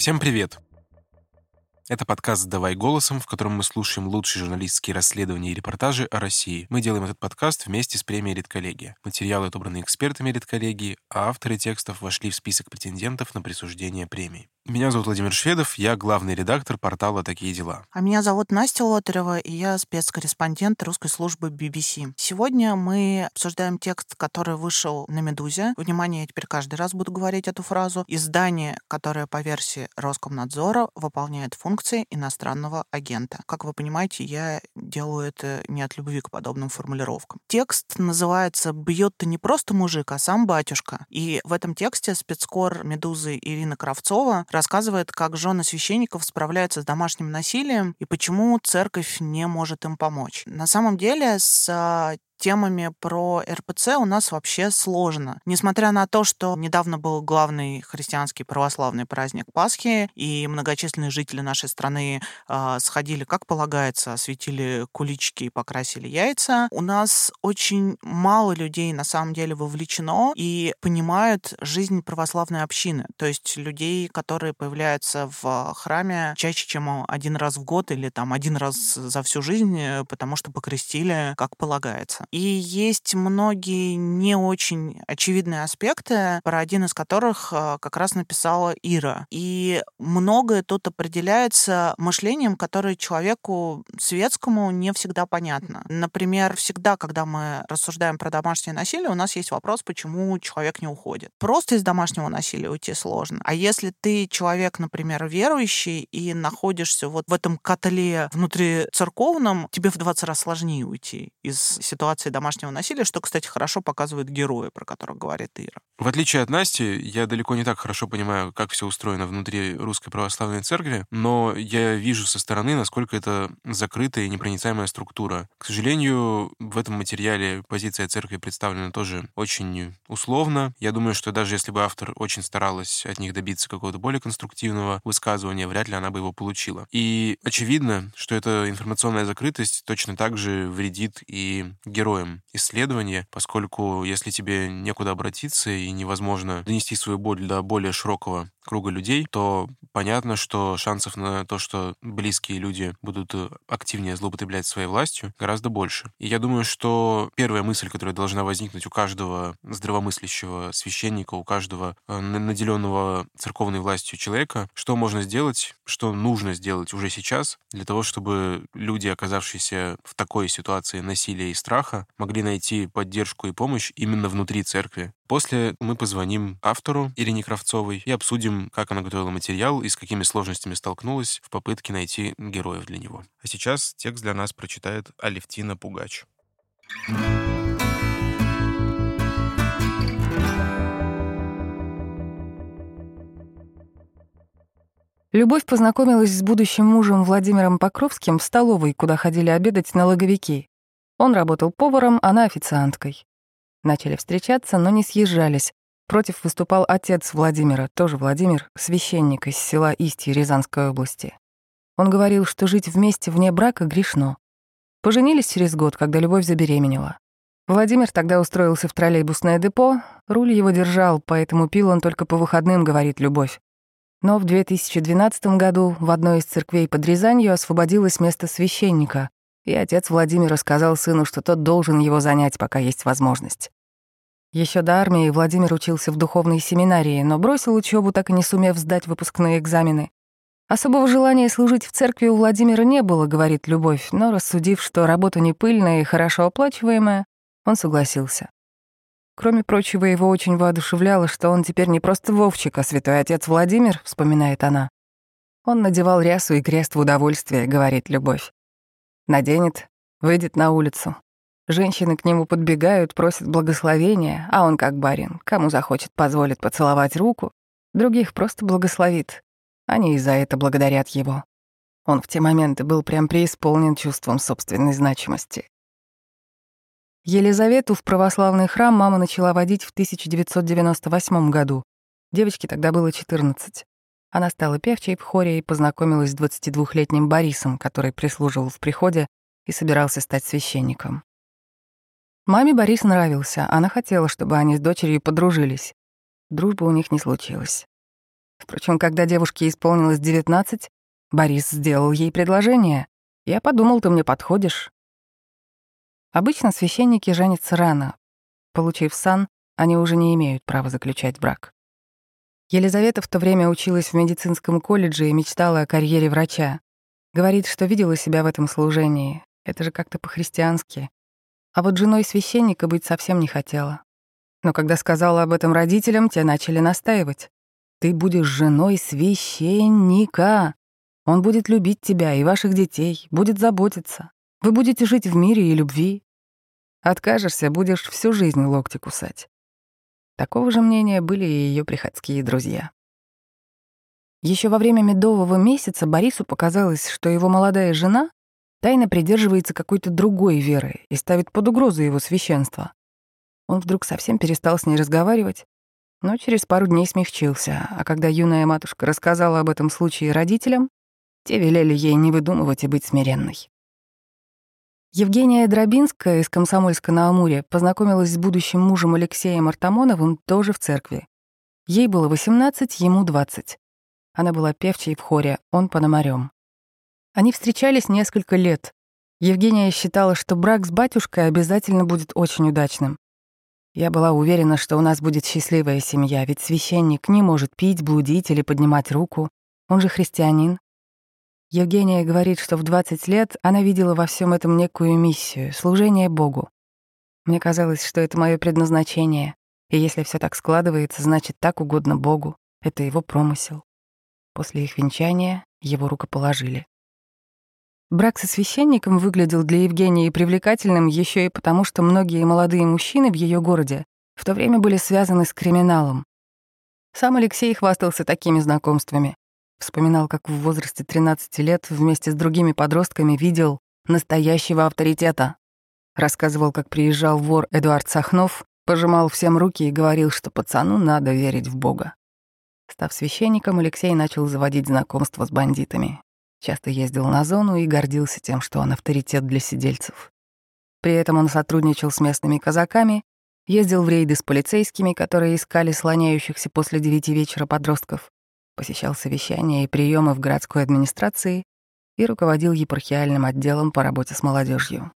Всем привет! Это подкаст «Давай голосом», в котором мы слушаем лучшие журналистские расследования и репортажи о России. Мы делаем этот подкаст вместе с премией «Редколлегия». Материалы отобраны экспертами «Редколлегии», а авторы текстов вошли в список претендентов на присуждение премии. Меня зовут Владимир Шведов, я главный редактор портала «Такие дела». А меня зовут Настя Лотарева, и я спецкорреспондент русской службы BBC. Сегодня мы обсуждаем текст, который вышел на «Медузе». Внимание, я теперь каждый раз буду говорить эту фразу. Издание, которое по версии Роскомнадзора выполняет функции иностранного агента. Как вы понимаете, я делаю это не от любви к подобным формулировкам. Текст называется «Бьет-то не просто мужик, а сам батюшка». И в этом тексте спецкор «Медузы» Ирина Кравцова рассказывает, как жены священников справляются с домашним насилием и почему церковь не может им помочь. На самом деле с темами про РПЦ у нас вообще сложно. Несмотря на то, что недавно был главный христианский православный праздник Пасхи, и многочисленные жители нашей страны сходили, как полагается, осветили куличики и покрасили яйца, у нас очень мало людей на самом деле вовлечено и понимают жизнь православной общины. То есть людей, которые появляются в храме чаще, чем один раз в год или там один раз за всю жизнь, потому что покрестили, как полагается. И есть многие не очень очевидные аспекты, про один из которых как раз написала Ира. И многое тут определяется мышлением, которое человеку светскому не всегда понятно. Например, всегда, когда мы рассуждаем про домашнее насилие, у нас есть вопрос, почему человек не уходит. Просто из домашнего насилия уйти сложно. А если ты человек, например, верующий и находишься вот в этом котле внутрицерковном, тебе в 20 раз сложнее уйти из ситуации домашнего насилия, что, кстати, хорошо показывают герои, про которых говорит Ира. В отличие от Насти, я далеко не так хорошо понимаю, как все устроено внутри Русской Православной Церкви, но я вижу со стороны, насколько это закрытая и непроницаемая структура. К сожалению, в этом материале позиция Церкви представлена тоже очень условно. Я думаю, что даже если бы автор очень старалась от них добиться какого-то более конструктивного высказывания, вряд ли она бы его получила. И очевидно, что эта информационная закрытость точно так же вредит и героям исследования, поскольку если тебе некуда обратиться и невозможно донести свою боль до более широкого круга людей, то понятно, что шансов на то, что близкие люди будут активнее злоупотреблять своей властью, гораздо больше. И я думаю, что первая мысль, которая должна возникнуть у каждого здравомыслящего священника, у каждого наделенного церковной властью человека, что можно сделать, что нужно сделать уже сейчас для того, чтобы люди, оказавшиеся в такой ситуации насилия и страха, могли найти поддержку и помощь именно внутри церкви. После мы позвоним автору Ирине Кравцовой и обсудим, как она готовила материал и с какими сложностями столкнулась в попытке найти героев для него. А сейчас текст для нас прочитает Алевтина Пугач. Любовь познакомилась с будущим мужем Владимиром Покровским в столовой, куда ходили обедать налоговики. Он работал поваром, она официанткой. Начали встречаться, но не съезжались. Против выступал отец Владимира, тоже Владимир, священник из села Истьи Рязанской области. Он говорил, что жить вместе вне брака грешно. Поженились через год, когда Любовь забеременела. Владимир тогда устроился в троллейбусное депо, руль его держал, поэтому пил он только по выходным, говорит Любовь. Но в 2012 году в одной из церквей под Рязанью освободилось место священника, и отец Владимира сказал сыну, что тот должен его занять, пока есть возможность. Еще до армии Владимир учился в духовной семинарии, но бросил учебу, так и не сумев сдать выпускные экзамены. Особого желания служить в церкви у Владимира не было, говорит Любовь, но рассудив, что работа не пыльная и хорошо оплачиваемая, он согласился. Кроме прочего, его очень воодушевляло, что он теперь не просто Вовчик, а святой отец Владимир, вспоминает она. Он надевал рясу и крест в удовольствие, говорит Любовь. Наденет, выйдет на улицу. Женщины к нему подбегают, просят благословения, а он, как барин, кому захочет, позволит поцеловать руку, других просто благословит. Они и за это благодарят его. Он в те моменты был прям преисполнен чувством собственной значимости. Елизавету в православный храм мама начала водить в 1998 году. Девочке тогда было 14. Она стала певчей в хоре и познакомилась с 22-летним Борисом, который прислуживал в приходе и собирался стать священником. Маме Борис нравился, она хотела, чтобы они с дочерью подружились. Дружбы у них не случилось. Впрочем, когда девушке исполнилось 19, Борис сделал ей предложение. Я подумал, ты мне подходишь. Обычно священники женятся рано. Получив сан, они уже не имеют права заключать брак. Елизавета в то время училась в медицинском колледже и мечтала о карьере врача. Говорит, что видела себя в этом служении. Это же как-то по-христиански. А вот женой священника быть совсем не хотела. Но когда сказала об этом родителям, те начали настаивать. «Ты будешь женой священника. Он будет любить тебя и ваших детей, будет заботиться. Вы будете жить в мире и любви. Откажешься, будешь всю жизнь локти кусать». Такого же мнения были и ее приходские друзья. Еще во время медового месяца Борису показалось, что его молодая жена тайно придерживается какой-то другой веры и ставит под угрозу его священство. Он вдруг совсем перестал с ней разговаривать, но через пару дней смягчился, а когда юная матушка рассказала об этом случае родителям, те велели ей не выдумывать и быть смиренной. Евгения Дробинская из Комсомольска-на-Амуре познакомилась с будущим мужем Алексеем Артамоновым тоже в церкви. Ей было 18, ему 20. Она была певчей в хоре, он пономарем. Они встречались несколько лет. Евгения считала, что брак с батюшкой обязательно будет очень удачным. Я была уверена, что у нас будет счастливая семья, ведь священник не может пить, блудить или поднимать руку. Он же христианин. Евгения говорит, что в 20 лет она видела во всем этом некую миссию — служение Богу. Мне казалось, что это мое предназначение, и если все так складывается, значит, так угодно Богу. Это его промысел. После их венчания его рукоположили. Брак со священником выглядел для Евгении привлекательным еще и потому, что многие молодые мужчины в ее городе в то время были связаны с криминалом. Сам Алексей хвастался такими знакомствами. Вспоминал, как в возрасте 13 лет вместе с другими подростками видел настоящего авторитета. Рассказывал, как приезжал вор Эдуард Сахнов, пожимал всем руки и говорил, что пацану надо верить в Бога. Став священником, Алексей начал заводить знакомства с бандитами. Часто ездил на зону и гордился тем, что он авторитет для сидельцев. При этом он сотрудничал с местными казаками, ездил в рейды с полицейскими, которые искали слоняющихся после 9 вечера подростков, посещал совещания и приемы в городской администрации и руководил епархиальным отделом по работе с молодежью.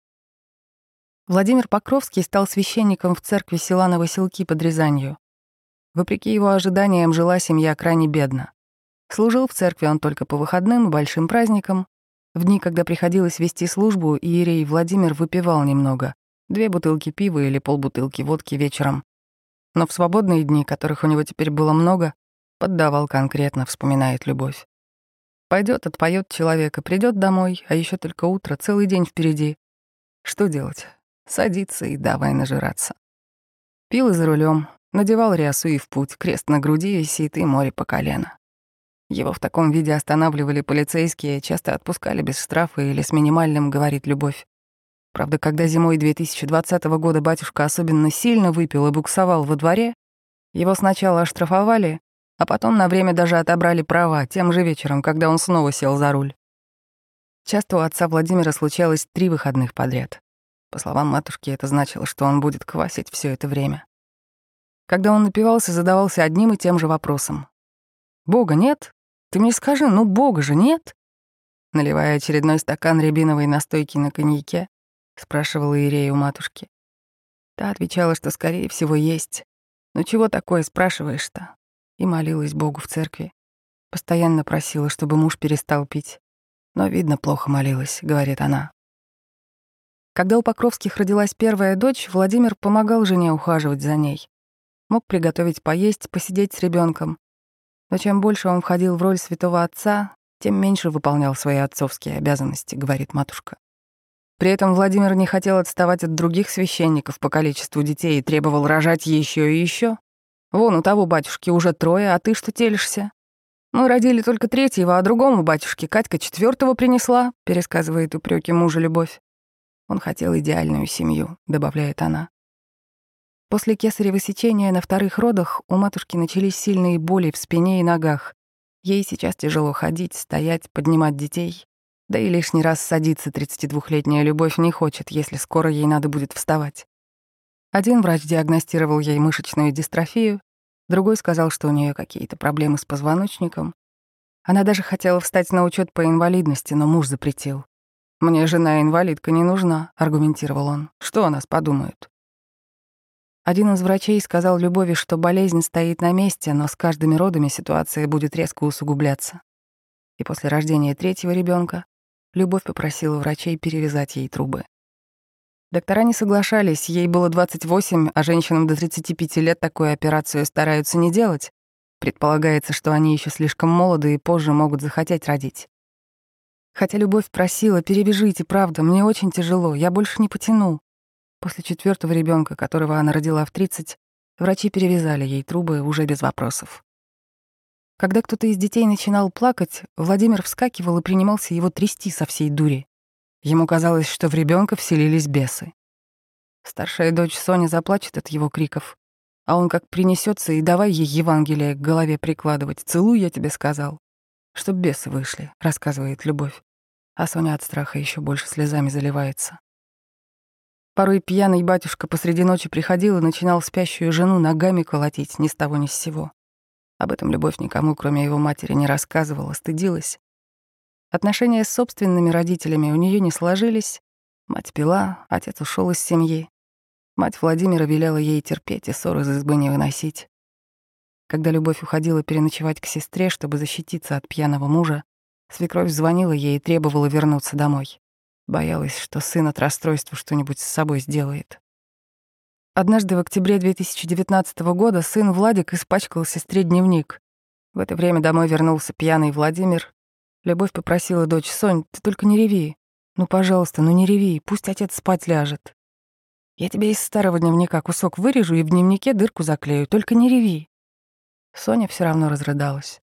Владимир Покровский стал священником в церкви села Новоселки под Рязанью. Вопреки его ожиданиям, жила семья крайне бедно. Служил в церкви он только по выходным и большим праздникам. В дни, когда приходилось вести службу, иерей Владимир выпивал немного, 2 бутылки пива или полбутылки водки вечером. Но в свободные дни, которых у него теперь было много, поддавал конкретно, вспоминает любовь. Пойдет, отпоет человека, придет домой, а еще только утро, целый день впереди. Что делать? Садиться и давай нажираться. Пил и за рулем, надевал рясу и в путь, крест на груди висит и море по колено. Его в таком виде останавливали полицейские, часто отпускали без штрафа или с минимальным, говорит любовь. Правда, когда зимой 2020 года батюшка особенно сильно выпил и буксовал во дворе, его сначала оштрафовали, а потом на время даже отобрали права тем же вечером, когда он снова сел за руль. Часто у отца Владимира случалось 3 выходных подряд. По словам матушки, это значило, что он будет квасить все это время. Когда он напивался, задавался одним и тем же вопросом. «Бога нет? Ты мне скажи, ну Бога же нет?» Наливая очередной стакан рябиновой настойки на коньяке, спрашивала иерея у матушки. Та отвечала, что, скорее всего, есть. «Ну чего такое спрашиваешь-то?» И молилась Богу в церкви. Постоянно просила, чтобы муж перестал пить. Но, видно, плохо молилась, говорит она. Когда у Покровских родилась первая дочь, Владимир помогал жене ухаживать за ней. Мог приготовить поесть, посидеть с ребенком. Но чем больше он входил в роль святого отца, тем меньше выполнял свои отцовские обязанности, говорит матушка. При этом Владимир не хотел отставать от других священников по количеству детей и требовал рожать еще и еще. Вон у того батюшки уже 3, а ты что телишься? Мы родили только 3-го, а другому батюшке Катька 4-го принесла, пересказывает упреки мужа любовь. Он хотел идеальную семью, добавляет она. После кесарево сечения на 2-х родах у матушки начались сильные боли в спине и ногах. Ей сейчас тяжело ходить, стоять, поднимать детей. Да и лишний раз садиться 32-летняя любовь не хочет, если скоро ей надо будет вставать. Один врач диагностировал ей мышечную дистрофию, Другой сказал, что у нее какие-то проблемы с позвоночником. Она даже хотела встать на учет по инвалидности, но муж запретил. «Мне жена-инвалидка не нужна», — аргументировал он. «Что о нас подумают?» Один из врачей сказал Любови, что болезнь стоит на месте, но с каждыми родами ситуация будет резко усугубляться. И после рождения третьего ребенка Любовь попросила врачей перевязать ей трубы. Доктора не соглашались, ей было 28, а женщинам до 35 лет такую операцию стараются не делать. Предполагается, что они еще слишком молоды и позже могут захотеть родить. Хотя Любовь просила: «Перевяжите, правда, мне очень тяжело, я больше не потяну». После четвертого ребенка, которого она родила в 30, врачи перевязали ей трубы уже без вопросов. Когда кто-то из детей начинал плакать, Владимир вскакивал и принимался его трясти со всей дури. Ему казалось, что в ребенка вселились бесы. Старшая дочь Соня заплачет от его криков, а он как принесется и давай ей Евангелие к голове прикладывать. «Целуй, я тебе сказал». «Чтоб бесы вышли», — рассказывает Любовь. А Соня от страха еще больше слезами заливается. Порой пьяный батюшка посреди ночи приходил и начинал спящую жену ногами колотить ни с того ни с сего. Об этом Любовь никому, кроме его матери, не рассказывала, стыдилась. Отношения с собственными родителями у нее не сложились. Мать пила, отец ушел из семьи. Мать Владимира велела ей терпеть и ссор из избы не выносить. Когда Любовь уходила переночевать к сестре, чтобы защититься от пьяного мужа, свекровь звонила ей и требовала вернуться домой. Боялась, что сын от расстройства что-нибудь с собой сделает. Однажды в октябре 2019 года сын Владик испачкал сестре дневник. В это время домой вернулся пьяный Владимир. Любовь попросила дочь: «Сонь, ты только не реви. Ну, пожалуйста, ну не реви, пусть отец спать ляжет. Я тебе из старого дневника кусок вырежу и в дневнике дырку заклею, только не реви». Соня все равно разрыдалась.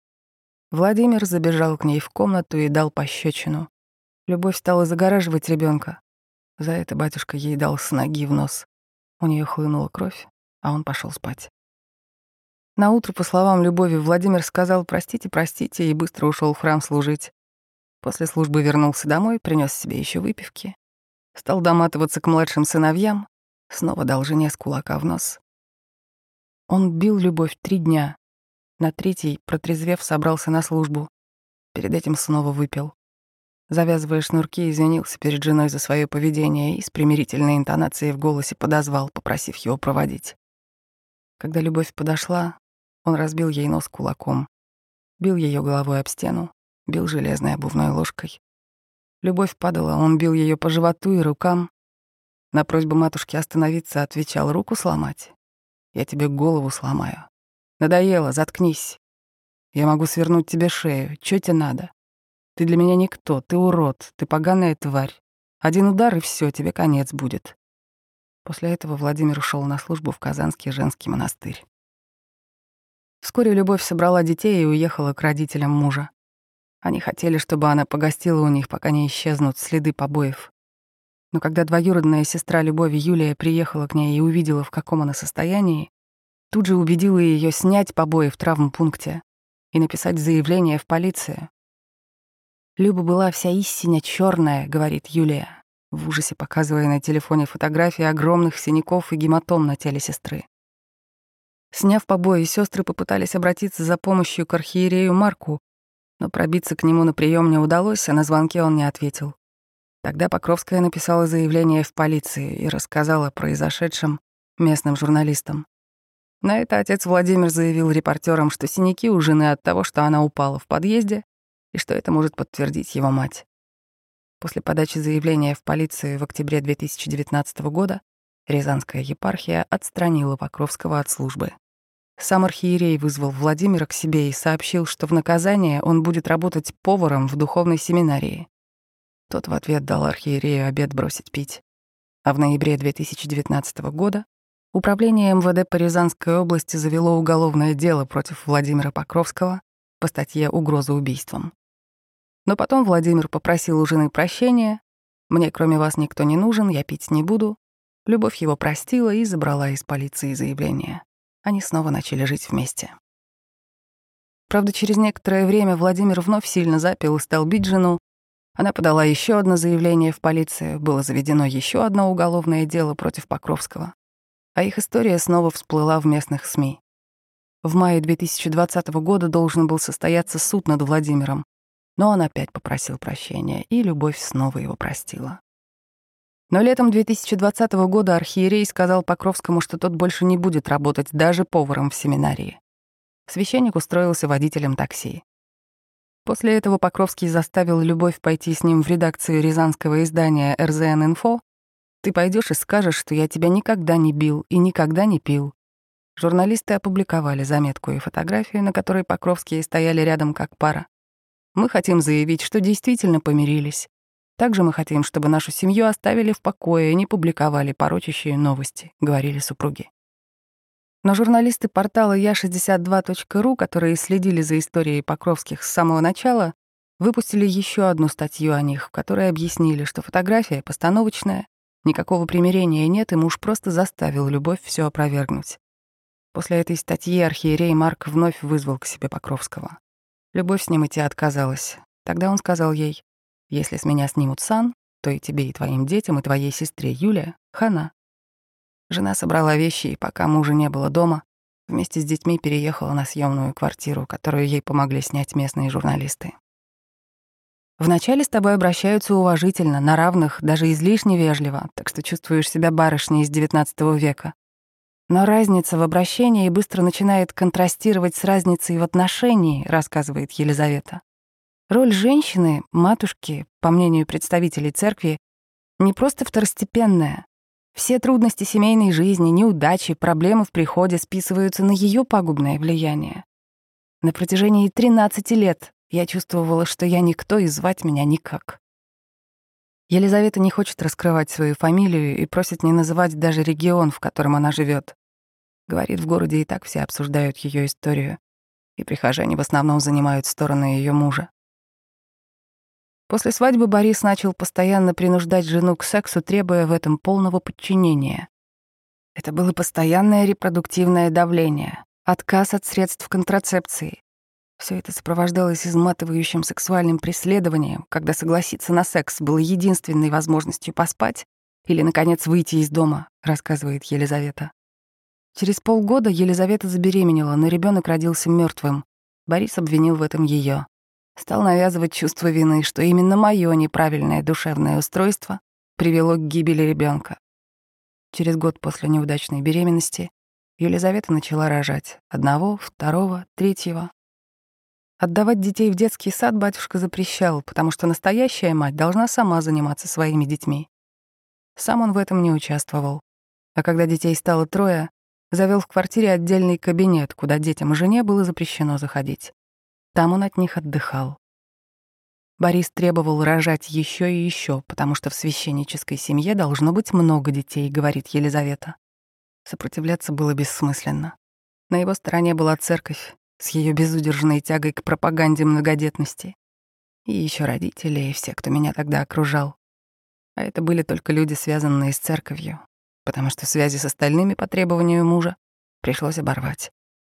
Владимир забежал к ней в комнату и дал пощечину. Любовь стала загораживать ребенка. За это батюшка ей дал с ноги в нос. У нее хлынула кровь, а он пошел спать. Наутро, по словам Любови, Владимир сказал: «Простите, простите», и быстро ушел в храм служить. После службы вернулся домой, принес себе еще выпивки, стал доматываться к младшим сыновьям, снова дал жене с кулака в нос. Он бил Любовь 3 дня. На 3-й, протрезвев, собрался на службу. Перед этим снова выпил. Завязывая шнурки, извинился перед женой за свое поведение и с примирительной интонацией в голосе подозвал, попросив его проводить. Когда Любовь подошла, он разбил ей нос кулаком, бил ее головой об стену, бил железной обувной ложкой. Любовь падала, он бил ее по животу и рукам. На просьбу матушки остановиться отвечал: «Руку сломать? Я тебе голову сломаю. Надоело, заткнись. Я могу свернуть тебе шею. Чё тебе надо? Ты для меня никто, ты урод, ты поганая тварь. Один удар, и все, тебе конец будет». После этого Владимир ушел на службу в Казанский женский монастырь. Вскоре Любовь собрала детей и уехала к родителям мужа. Они хотели, чтобы она погостила у них, пока не исчезнут следы побоев. Но когда двоюродная сестра Любови, Юлия, приехала к ней и увидела, в каком она состоянии, тут же убедила ее снять побои в травмпункте и написать заявление в полицию. «Люба была вся истинно черная», — говорит Юлия, в ужасе показывая на телефоне фотографии огромных синяков и гематом на теле сестры. Сняв побои, сестры попытались обратиться за помощью к архиерею Марку, но пробиться к нему на прием не удалось, а на звонке он не ответил. Тогда Покровская написала заявление в полицию и рассказала о произошедшем местным журналистам. На это отец Владимир заявил репортерам, что синяки у жены от того, что она упала в подъезде, и что это может подтвердить его мать. После подачи заявления в полицию в октябре 2019 года Рязанская епархия отстранила Покровского от службы. Сам архиерей вызвал Владимира к себе и сообщил, что в наказание он будет работать поваром в духовной семинарии. Тот в ответ дал архиерею обет бросить пить. А в ноябре 2019 года Управление МВД по Рязанской области завело уголовное дело против Владимира Покровского по статье «Угроза убийством». Но потом Владимир попросил у жены прощения. «Мне кроме вас никто не нужен, я пить не буду». Любовь его простила и забрала из полиции заявление. Они снова начали жить вместе. Правда, через некоторое время Владимир вновь сильно запил и стал бить жену. Она подала еще одно заявление в полицию, было заведено еще одно уголовное дело против Покровского. А их история снова всплыла в местных СМИ. В мае 2020 года должен был состояться суд над Владимиром, но он опять попросил прощения, и любовь снова его простила. Но летом 2020 года архиерей сказал Покровскому, что тот больше не будет работать даже поваром в семинарии. Священник устроился водителем такси. После этого Покровский заставил Любовь пойти с ним в редакцию рязанского издания «РЗН-Инфо». «Ты пойдешь и скажешь, что я тебя никогда не бил и никогда не пил». Журналисты опубликовали заметку и фотографию, на которой Покровские стояли рядом как пара. «Мы хотим заявить, что действительно помирились. Также мы хотим, чтобы нашу семью оставили в покое и не публиковали порочащие новости», — говорили супруги. Но журналисты портала я62.ру, которые следили за историей Покровских с самого начала, выпустили еще одну статью о них, в которой объяснили, что фотография постановочная, никакого примирения нет, и муж просто заставил Любовь все опровергнуть. После этой статьи архиерей Марк вновь вызвал к себе Покровского. Любовь с ним идти отказалась. Тогда он сказал ей: «Если с меня снимут сан, то и тебе, и твоим детям, и твоей сестре Юлия — хана». Жена собрала вещи, и пока мужа не было дома, вместе с детьми переехала на съемную квартиру, которую ей помогли снять местные журналисты. Вначале с тобой обращаются уважительно, на равных, даже излишне вежливо, так что чувствуешь себя барышней из XIX века. Но разница в обращении быстро начинает контрастировать с разницей в отношении, рассказывает Елизавета. Роль женщины, матушки, по мнению представителей церкви, не просто второстепенная. Все трудности семейной жизни, неудачи, проблемы в приходе списываются на ее пагубное влияние. На протяжении 13 лет я чувствовала, что я никто и звать меня никак. Елизавета не хочет раскрывать свою фамилию и просит не называть даже регион, в котором она живет. Говорит, в городе и так все обсуждают ее историю, и прихожане в основном занимают сторону ее мужа. После свадьбы Борис начал постоянно принуждать жену к сексу, требуя в этом полного подчинения. Это было постоянное репродуктивное давление, отказ от средств контрацепции. Все это сопровождалось изматывающим сексуальным преследованием, когда согласиться на секс было единственной возможностью поспать или, наконец, выйти из дома, рассказывает Елизавета. Через полгода Елизавета забеременела, но ребенок родился мертвым. Борис обвинил в этом ее. Стал навязывать чувство вины, что именно мое неправильное душевное устройство привело к гибели ребенка. Через год после неудачной беременности Елизавета начала рожать одного, второго, третьего. Отдавать детей в детский сад батюшка запрещал, потому что настоящая мать должна сама заниматься своими детьми. Сам он в этом не участвовал. А когда детей стало 3, завел в квартире отдельный кабинет, куда детям и жене было запрещено заходить. Там он от них отдыхал. Борис требовал рожать еще и еще, потому что в священнической семье должно быть много детей, говорит Елизавета. Сопротивляться было бессмысленно. На его стороне была церковь с ее безудержной тягой к пропаганде многодетности. И еще родители, и все, кто меня тогда окружал. А это были только люди, связанные с церковью, потому что связи с остальными по требованию мужа пришлось оборвать.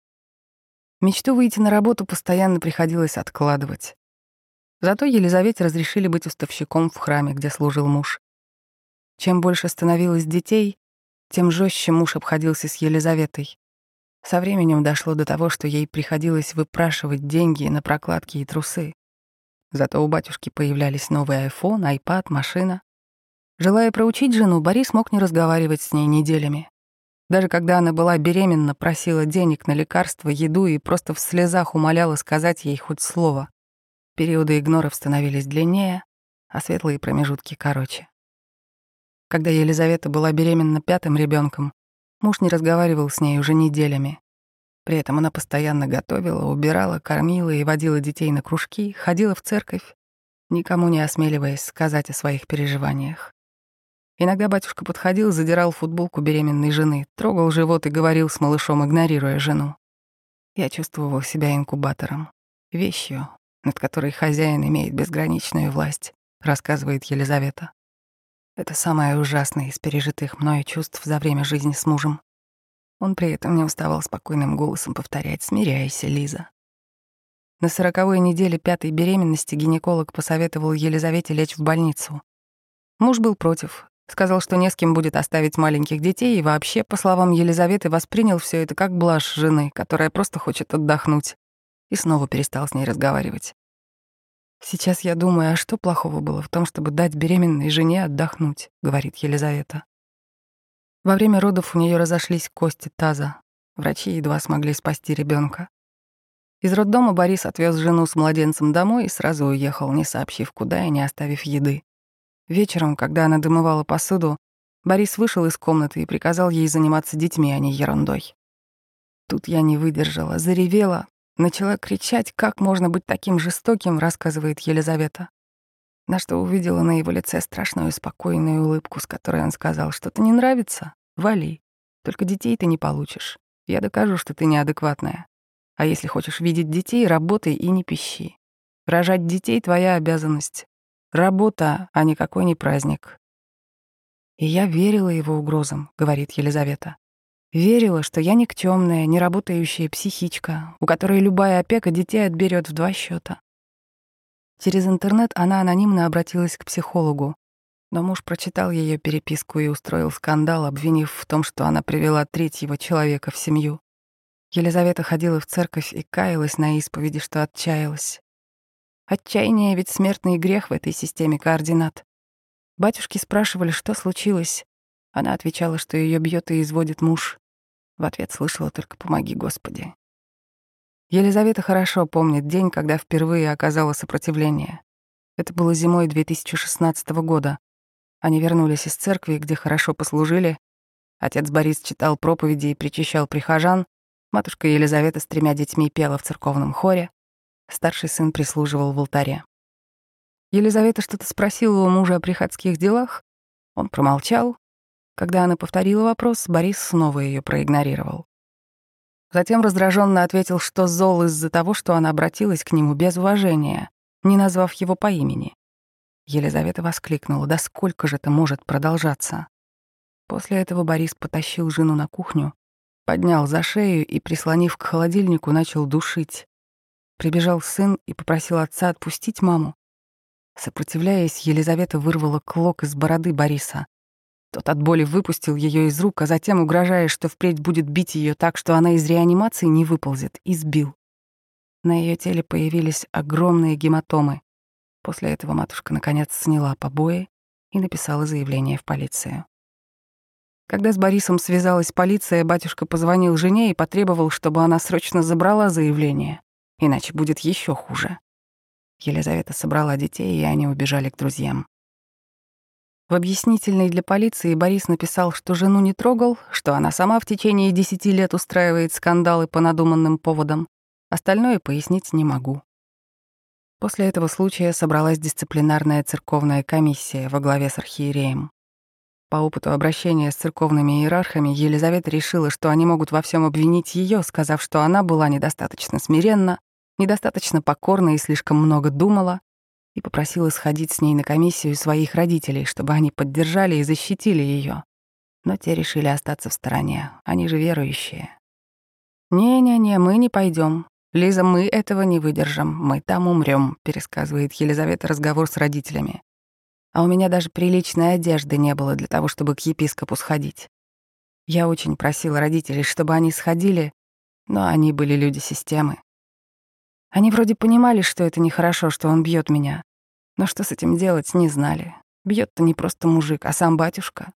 Мечту выйти на работу постоянно приходилось откладывать. Зато Елизавете разрешили быть уставщиком в храме, где служил муж. Чем больше становилось детей, тем жестче муж обходился с Елизаветой. Со временем дошло до того, что ей приходилось выпрашивать деньги на прокладки и трусы. Зато у батюшки появлялись новый айфон, айпад, машина. Желая проучить жену, Борис мог не разговаривать с ней неделями. Даже когда она была беременна, просила денег на лекарства, еду и просто в слезах умоляла сказать ей хоть слово. Периоды игноров становились длиннее, а светлые промежутки короче. Когда Елизавета была беременна 5-м ребенком, муж не разговаривал с ней уже неделями. При этом она постоянно готовила, убирала, кормила и водила детей на кружки, ходила в церковь, никому не осмеливаясь сказать о своих переживаниях. Иногда батюшка подходил, задирал футболку беременной жены, трогал живот и говорил с малышом, игнорируя жену. Я чувствовал себя инкубатором, вещью, над которой хозяин имеет безграничную власть, рассказывает Елизавета. Это самое ужасное из пережитых мною чувств за время жизни с мужем. Он при этом не уставал спокойным голосом повторять: «Смиряйся, Лиза». На 40-й неделе 5-й беременности гинеколог посоветовал Елизавете лечь в больницу. Муж был против, Сказал, что не с кем будет оставить маленьких детей, и вообще, по словам Елизаветы, воспринял все это как блажь жены, которая просто хочет отдохнуть, и снова перестал с ней разговаривать. «Сейчас я думаю, а что плохого было в том, чтобы дать беременной жене отдохнуть», — говорит Елизавета. Во время родов у нее разошлись кости таза. Врачи едва смогли спасти ребенка. Из роддома Борис отвез жену с младенцем домой и сразу уехал, не сообщив куда и не оставив еды. Вечером, когда она домывала посуду, Борис вышел из комнаты и приказал ей заниматься детьми, а не ерундой. Тут я не выдержала, заревела, начала кричать, как можно быть таким жестоким, рассказывает Елизавета. На что увидела на его лице страшную спокойную улыбку, с которой он сказал: «Что-то не нравится? Вали. Только детей ты не получишь. Я докажу, что ты неадекватная. А если хочешь видеть детей, работай и не пищи. Рожать детей — твоя обязанность. Работа, а никакой не праздник». И я верила его угрозам, говорит Елизавета. Верила, что я никчемная, неработающая психичка, у которой любая опека детей отберет в 2 счета. Через интернет она анонимно обратилась к психологу, но муж прочитал ее переписку и устроил скандал, обвинив в том, что она привела 3-го человека в семью. Елизавета ходила в церковь и каялась на исповеди, что отчаялась. Отчаяние ведь смертный грех в этой системе координат. Батюшки спрашивали, что случилось. Она отвечала, что ее бьет и изводит муж. В ответ слышала только «Помоги, Господи». Елизавета хорошо помнит день, когда впервые оказала сопротивление. Это было зимой 2016 года. Они вернулись из церкви, где хорошо послужили. Отец Борис читал проповеди и причащал прихожан. Матушка Елизавета с 3 детьми пела в церковном хоре. Старший сын прислуживал в алтаре. Елизавета что-то спросила у мужа о приходских делах. Он промолчал. Когда она повторила вопрос, Борис снова ее проигнорировал. Затем раздраженно ответил, что зол из-за того, что она обратилась к нему без уважения, не назвав его по имени. Елизавета воскликнула: «Да сколько же это может продолжаться?» После этого Борис потащил жену на кухню, поднял за шею и, прислонив к холодильнику, начал душить. Прибежал сын и попросил отца отпустить маму. Сопротивляясь, Елизавета вырвала клок из бороды Бориса. Тот от боли выпустил ее из рук, а затем, угрожая, что впредь будет бить ее так, что она из реанимации не выползет, избил. На ее теле появились огромные гематомы. После этого матушка наконец сняла побои и написала заявление в полицию. Когда с Борисом связалась полиция, батюшка позвонил жене и потребовал, чтобы она срочно забрала заявление, иначе будет еще хуже. Елизавета собрала детей, и они убежали к друзьям. В объяснительной для полиции Борис написал, что жену не трогал, что она сама в течение 10 лет устраивает скандалы по надуманным поводам. Остальное пояснить не могу. После этого случая собралась дисциплинарная церковная комиссия во главе с архиереем. По опыту обращения с церковными иерархами Елизавета решила, что они могут во всем обвинить ее, сказав, что она была недостаточно смиренна, недостаточно покорна и слишком много думала, и попросила сходить с ней на комиссию своих родителей, чтобы они поддержали и защитили ее. Но те решили остаться в стороне, они же верующие. «Не-не-не, мы не пойдем. Лиза, мы этого не выдержим, мы там умрем», пересказывает Елизавета разговор с родителями. «А у меня даже приличной одежды не было для того, чтобы к епископу сходить. Я очень просила родителей, чтобы они сходили, но они были люди системы. Они вроде понимали, что это нехорошо, что он бьет меня, но что с этим делать, не знали. Бьет-то не просто мужик, а сам батюшка».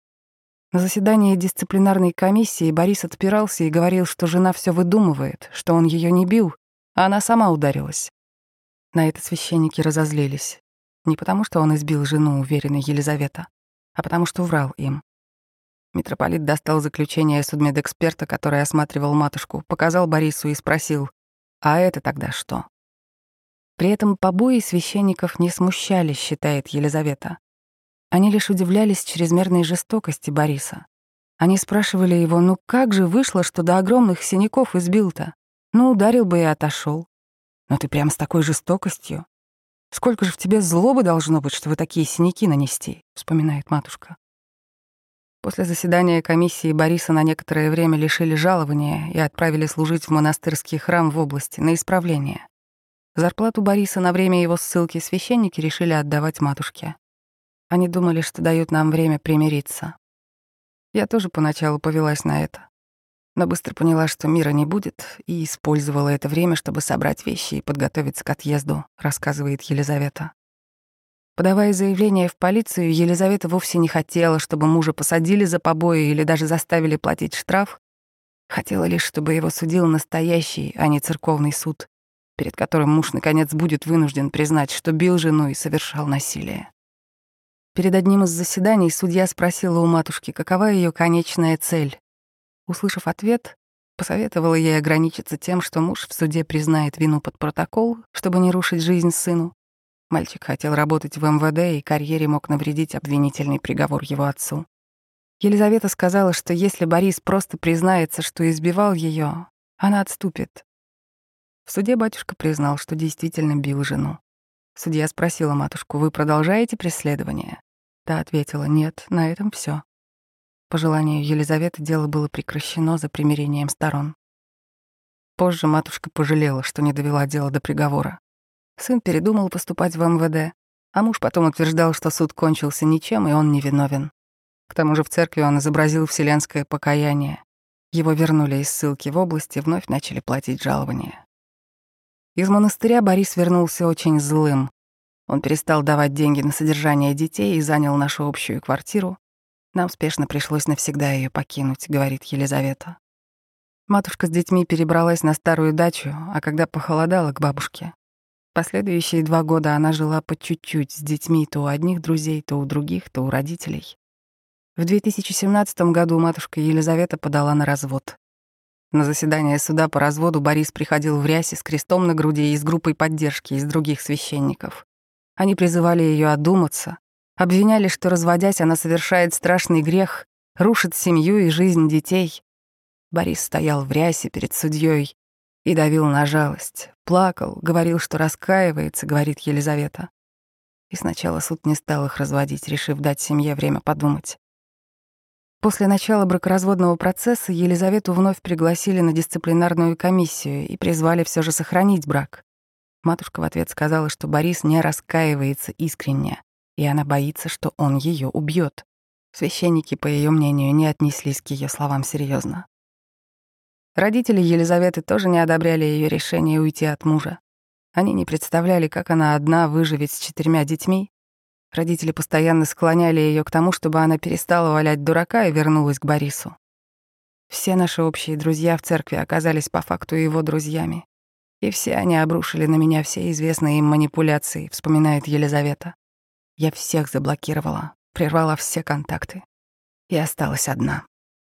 На заседании дисциплинарной комиссии Борис отпирался и говорил, что жена все выдумывает, что он ее не бил, а она сама ударилась. На это священники разозлились. Не потому, что он избил жену, уверена Елизавета, а потому, что врал им. Митрополит достал заключение судмедэксперта, который осматривал матушку, показал Борису и спросил: «А это тогда что?» При этом побои священников не смущали, считает Елизавета. Они лишь удивлялись чрезмерной жестокости Бориса. Они спрашивали его: «Ну как же вышло, что до огромных синяков избил-то? Ну, ударил бы и отошел. Но ты прям с такой жестокостью. Сколько же в тебе злобы должно быть, чтобы такие синяки нанести», — вспоминает матушка. После заседания комиссии Бориса на некоторое время лишили жалования и отправили служить в монастырский храм в области на исправление. Зарплату Бориса на время его ссылки священники решили отдавать матушке. Они думали, что дают нам время примириться. Я тоже поначалу повелась на это, но быстро поняла, что мира не будет, и использовала это время, чтобы собрать вещи и подготовиться к отъезду, рассказывает Елизавета. Подавая заявление в полицию, Елизавета вовсе не хотела, чтобы мужа посадили за побои или даже заставили платить штраф. Хотела лишь, чтобы его судил настоящий, а не церковный суд, перед которым муж наконец будет вынужден признать, что бил жену и совершал насилие. Перед одним из заседаний судья спросила у матушки, какова ее конечная цель. Услышав ответ, посоветовала ей ограничиться тем, что муж в суде признает вину под протокол, чтобы не рушить жизнь сыну. Мальчик хотел работать в МВД, и карьере мог навредить обвинительный приговор его отцу. Елизавета сказала, что если Борис просто признается, что избивал ее, она отступит. В суде батюшка признал, что действительно бил жену. Судья спросила матушку: «Вы продолжаете преследование?» Та ответила: «Нет, на этом все». По желанию Елизаветы дело было прекращено за примирением сторон. Позже матушка пожалела, что не довела дело до приговора. Сын передумал поступать в МВД, а муж потом утверждал, что суд кончился ничем, и он невиновен. К тому же в церкви он изобразил вселенское покаяние. Его вернули из ссылки в область и вновь начали платить жалования. Из монастыря Борис вернулся очень злым. Он перестал давать деньги на содержание детей и занял нашу общую квартиру. Нам спешно пришлось навсегда ее покинуть, говорит Елизавета. Матушка с детьми перебралась на старую дачу, а когда похолодало, к бабушке. Последующие 2 года она жила по чуть-чуть с детьми то у одних друзей, то у других, то у родителей. В 2017 году матушка Елизавета подала на развод. На заседание суда по разводу Борис приходил в рясе с крестом на груди и с группой поддержки из других священников. Они призывали ее одуматься, обвиняли, что, разводясь, она совершает страшный грех, рушит семью и жизнь детей. Борис стоял в рясе перед судьей и давил на жалость, плакал, говорил, что раскаивается, говорит Елизавета. И сначала суд не стал их разводить, решив дать семье время подумать. После начала бракоразводного процесса Елизавету вновь пригласили на дисциплинарную комиссию и призвали все же сохранить брак. Матушка в ответ сказала, что Борис не раскаивается искренне, и она боится, что он ее убьет. Священники, по ее мнению, не отнеслись к ее словам серьезно. Родители Елизаветы тоже не одобряли ее решение уйти от мужа. Они не представляли, как она одна выживет с 4 детьми. Родители постоянно склоняли ее к тому, чтобы она перестала валять дурака и вернулась к Борису. Все наши общие друзья в церкви оказались по факту его друзьями. И все они обрушили на меня все известные им манипуляции, вспоминает Елизавета. Я всех заблокировала, прервала все контакты и осталась одна.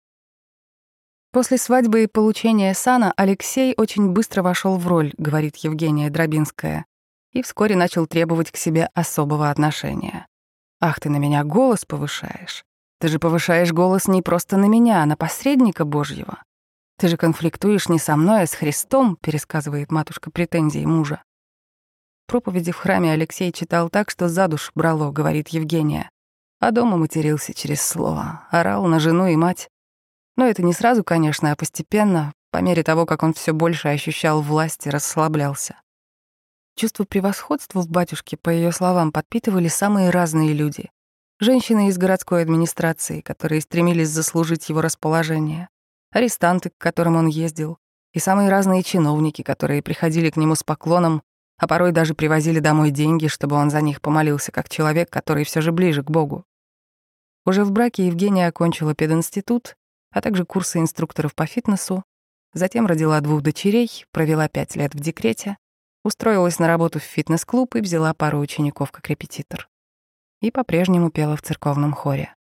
После свадьбы и получения сана Алексей очень быстро вошел в роль, говорит Евгения Дробинская, и вскоре начал требовать к себе особого отношения. «Ах, ты на меня голос повышаешь. Ты же повышаешь голос не просто на меня, а на посредника Божьего. Ты же конфликтуешь не со мной, а с Христом», пересказывает матушка претензии мужа. Проповеди в храме Алексей читал так, что за душу брало, говорит Евгения, а дома матерился через слово, орал на жену и мать. Но это не сразу, конечно, а постепенно, по мере того, как он все больше ощущал власть и расслаблялся. Чувство превосходства в батюшке, по ее словам, подпитывали самые разные люди. Женщины из городской администрации, которые стремились заслужить его расположение, арестанты, к которым он ездил, и самые разные чиновники, которые приходили к нему с поклоном, а порой даже привозили домой деньги, чтобы он за них помолился, как человек, который все же ближе к Богу. Уже в браке Евгения окончила пединститут, а также курсы инструкторов по фитнесу, затем родила 2 дочерей, провела 5 лет в декрете, устроилась на работу в фитнес-клуб и взяла пару учеников как репетитор. И по-прежнему пела в церковном хоре.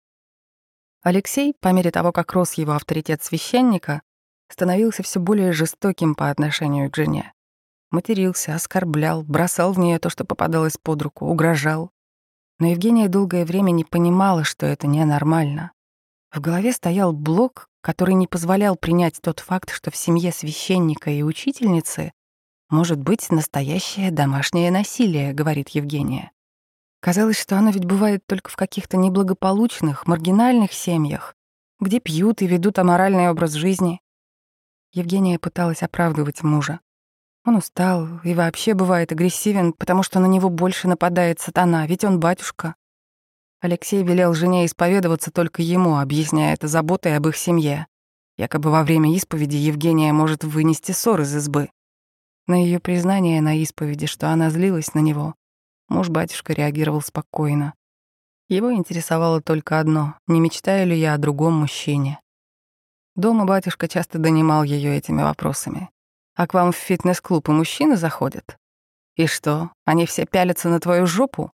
Алексей, по мере того, как рос его авторитет священника, становился все более жестоким по отношению к жене. Матерился, оскорблял, бросал в нее то, что попадалось под руку, угрожал. Но Евгения долгое время не понимала, что это ненормально. В голове стоял блок, который не позволял принять тот факт, что в семье священника и учительницы может быть настоящее домашнее насилие, говорит Евгения. Казалось, что оно ведь бывает только в каких-то неблагополучных, маргинальных семьях, где пьют и ведут аморальный образ жизни. Евгения пыталась оправдывать мужа. Он устал и вообще бывает агрессивен, потому что на него больше нападает сатана, ведь он батюшка. Алексей велел жене исповедоваться только ему, объясняя это заботой об их семье. Якобы во время исповеди Евгения может вынести ссор из избы. На ее признание на исповеди, что она злилась на него, муж-батюшка реагировал спокойно. Его интересовало только одно — не мечтаю ли я о другом мужчине. Дома батюшка часто донимал ее этими вопросами. «А к вам в фитнес-клуб и мужчины заходят? И что, они все пялятся на твою жопу?»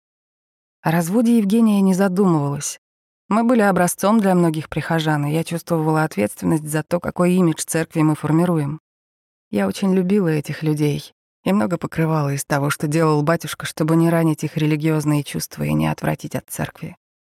О разводе Евгения не задумывалась. Мы были образцом для многих прихожан, и я чувствовала ответственность за то, какой имидж церкви мы формируем. Я очень любила этих людей и много покрывала из того, что делал батюшка, чтобы не ранить их религиозные чувства и не отвратить от церкви.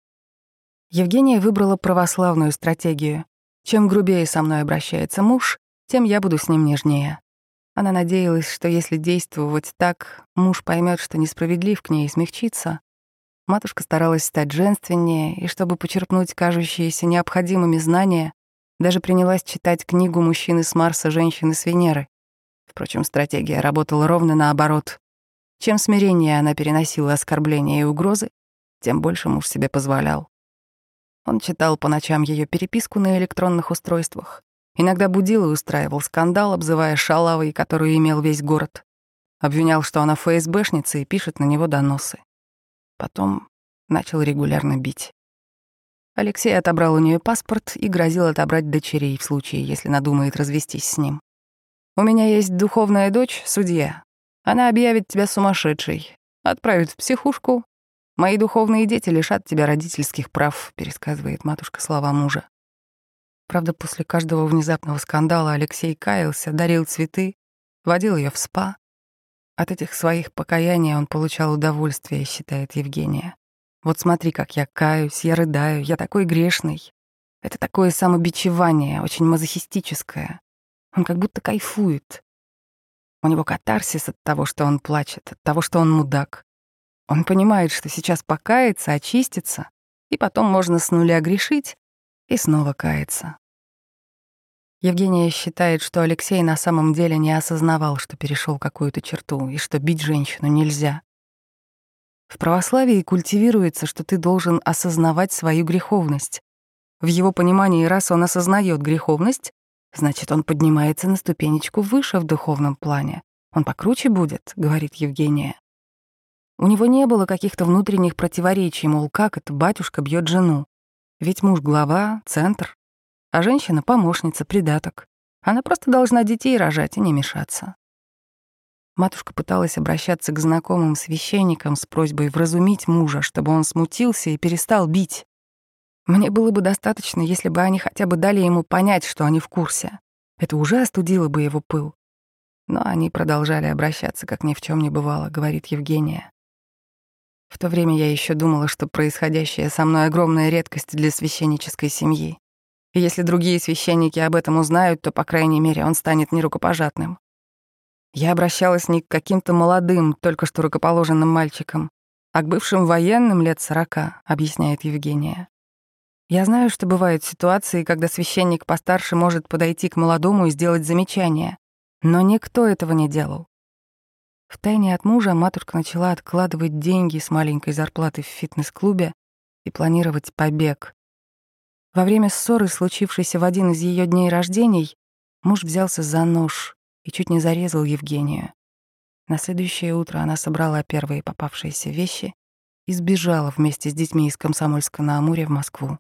Евгения выбрала православную стратегию. Чем грубее со мной обращается муж, тем я буду с ним нежнее. Она надеялась, что если действовать так, муж поймет, что несправедлив к ней и смягчится. Матушка старалась стать женственнее, и чтобы почерпнуть кажущиеся необходимыми знания, даже принялась читать книгу «Мужчины с Марса, женщины с Венеры». Впрочем, стратегия работала ровно наоборот. Чем смиреннее она переносила оскорбления и угрозы, тем больше муж себе позволял. Он читал по ночам ее переписку на электронных устройствах, иногда будил и устраивал скандал, обзывая шалавой, которую имел весь город. Обвинял, что она ФСБшница, и пишет на него доносы. Потом начал регулярно бить. Алексей отобрал у нее паспорт и грозил отобрать дочерей в случае, если надумает развестись с ним. «У меня есть духовная дочь, судья. Она объявит тебя сумасшедшей, отправит в психушку. Мои духовные дети лишат тебя родительских прав», — пересказывает матушка слова мужа. Правда, после каждого внезапного скандала Алексей каялся, дарил цветы, водил ее в спа. От этих своих покаяний он получал удовольствие, считает Евгения. «Вот смотри, как я каюсь, я рыдаю, я такой грешный». Это такое самобичевание, очень мазохистическое. Он как будто кайфует. У него катарсис от того, что он плачет, от того, что он мудак. Он понимает, что сейчас покается, очистится, и потом можно с нуля грешить и снова каяться. Евгения считает, что Алексей на самом деле не осознавал, что перешел какую-то черту и что бить женщину нельзя. В православии культивируется, что ты должен осознавать свою греховность. В его понимании, раз он осознает греховность, значит, он поднимается на ступенечку выше в духовном плане. Он покруче будет, говорит Евгения. У него не было каких-то внутренних противоречий, мол, как это батюшка бьет жену. Ведь муж глава, центр, а женщина помощница, придаток. Она просто должна детей рожать и не мешаться. Матушка пыталась обращаться к знакомым священникам с просьбой вразумить мужа, чтобы он смутился и перестал бить. Мне было бы достаточно, если бы они хотя бы дали ему понять, что они в курсе. Это уже остудило бы его пыл. Но они продолжали обращаться, как ни в чем не бывало, говорит Евгения. В то время я еще думала, что происходящее со мной огромная редкость для священнической семьи. И если другие священники об этом узнают, то, по крайней мере, он станет нерукопожатным. Я обращалась не к каким-то молодым, только что рукоположенным мальчикам, а к бывшим военным лет 40, объясняет Евгения. Я знаю, что бывают ситуации, когда священник постарше может подойти к молодому и сделать замечание, но никто этого не делал. Втайне от мужа матушка начала откладывать деньги с маленькой зарплаты в фитнес-клубе и планировать побег. Во время ссоры, случившейся в один из ее дней рождений, муж взялся за нож и чуть не зарезал Евгению. На следующее утро она собрала первые попавшиеся вещи и сбежала вместе с детьми из Комсомольска-на-Амуре в Москву.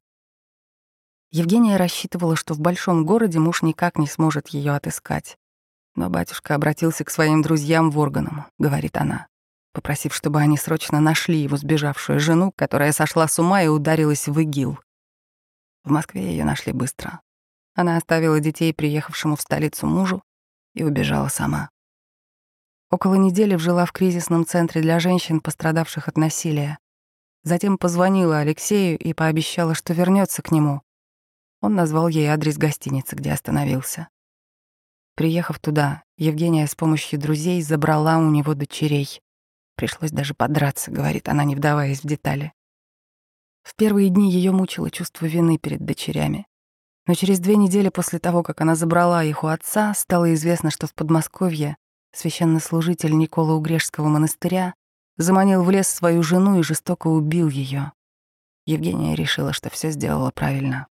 Евгения рассчитывала, что в большом городе муж никак не сможет ее отыскать. Но батюшка обратился к своим друзьям в Органом, говорит она, попросив, чтобы они срочно нашли его сбежавшую жену, которая сошла с ума и ударилась в ИГИЛ. В Москве ее нашли быстро. Она оставила детей приехавшему в столицу мужу и убежала сама. Около недели жила в кризисном центре для женщин, пострадавших от насилия. Затем позвонила Алексею и пообещала, что вернется к нему. Он назвал ей адрес гостиницы, где остановился. Приехав туда, Евгения с помощью друзей забрала у него дочерей. Пришлось даже подраться, говорит она, не вдаваясь в детали. В первые дни ее мучило чувство вины перед дочерями. Но через 2 недели после того, как она забрала их у отца, стало известно, что в Подмосковье священнослужитель Никола-Угрешского монастыря заманил в лес свою жену и жестоко убил ее. Евгения решила, что все сделала правильно.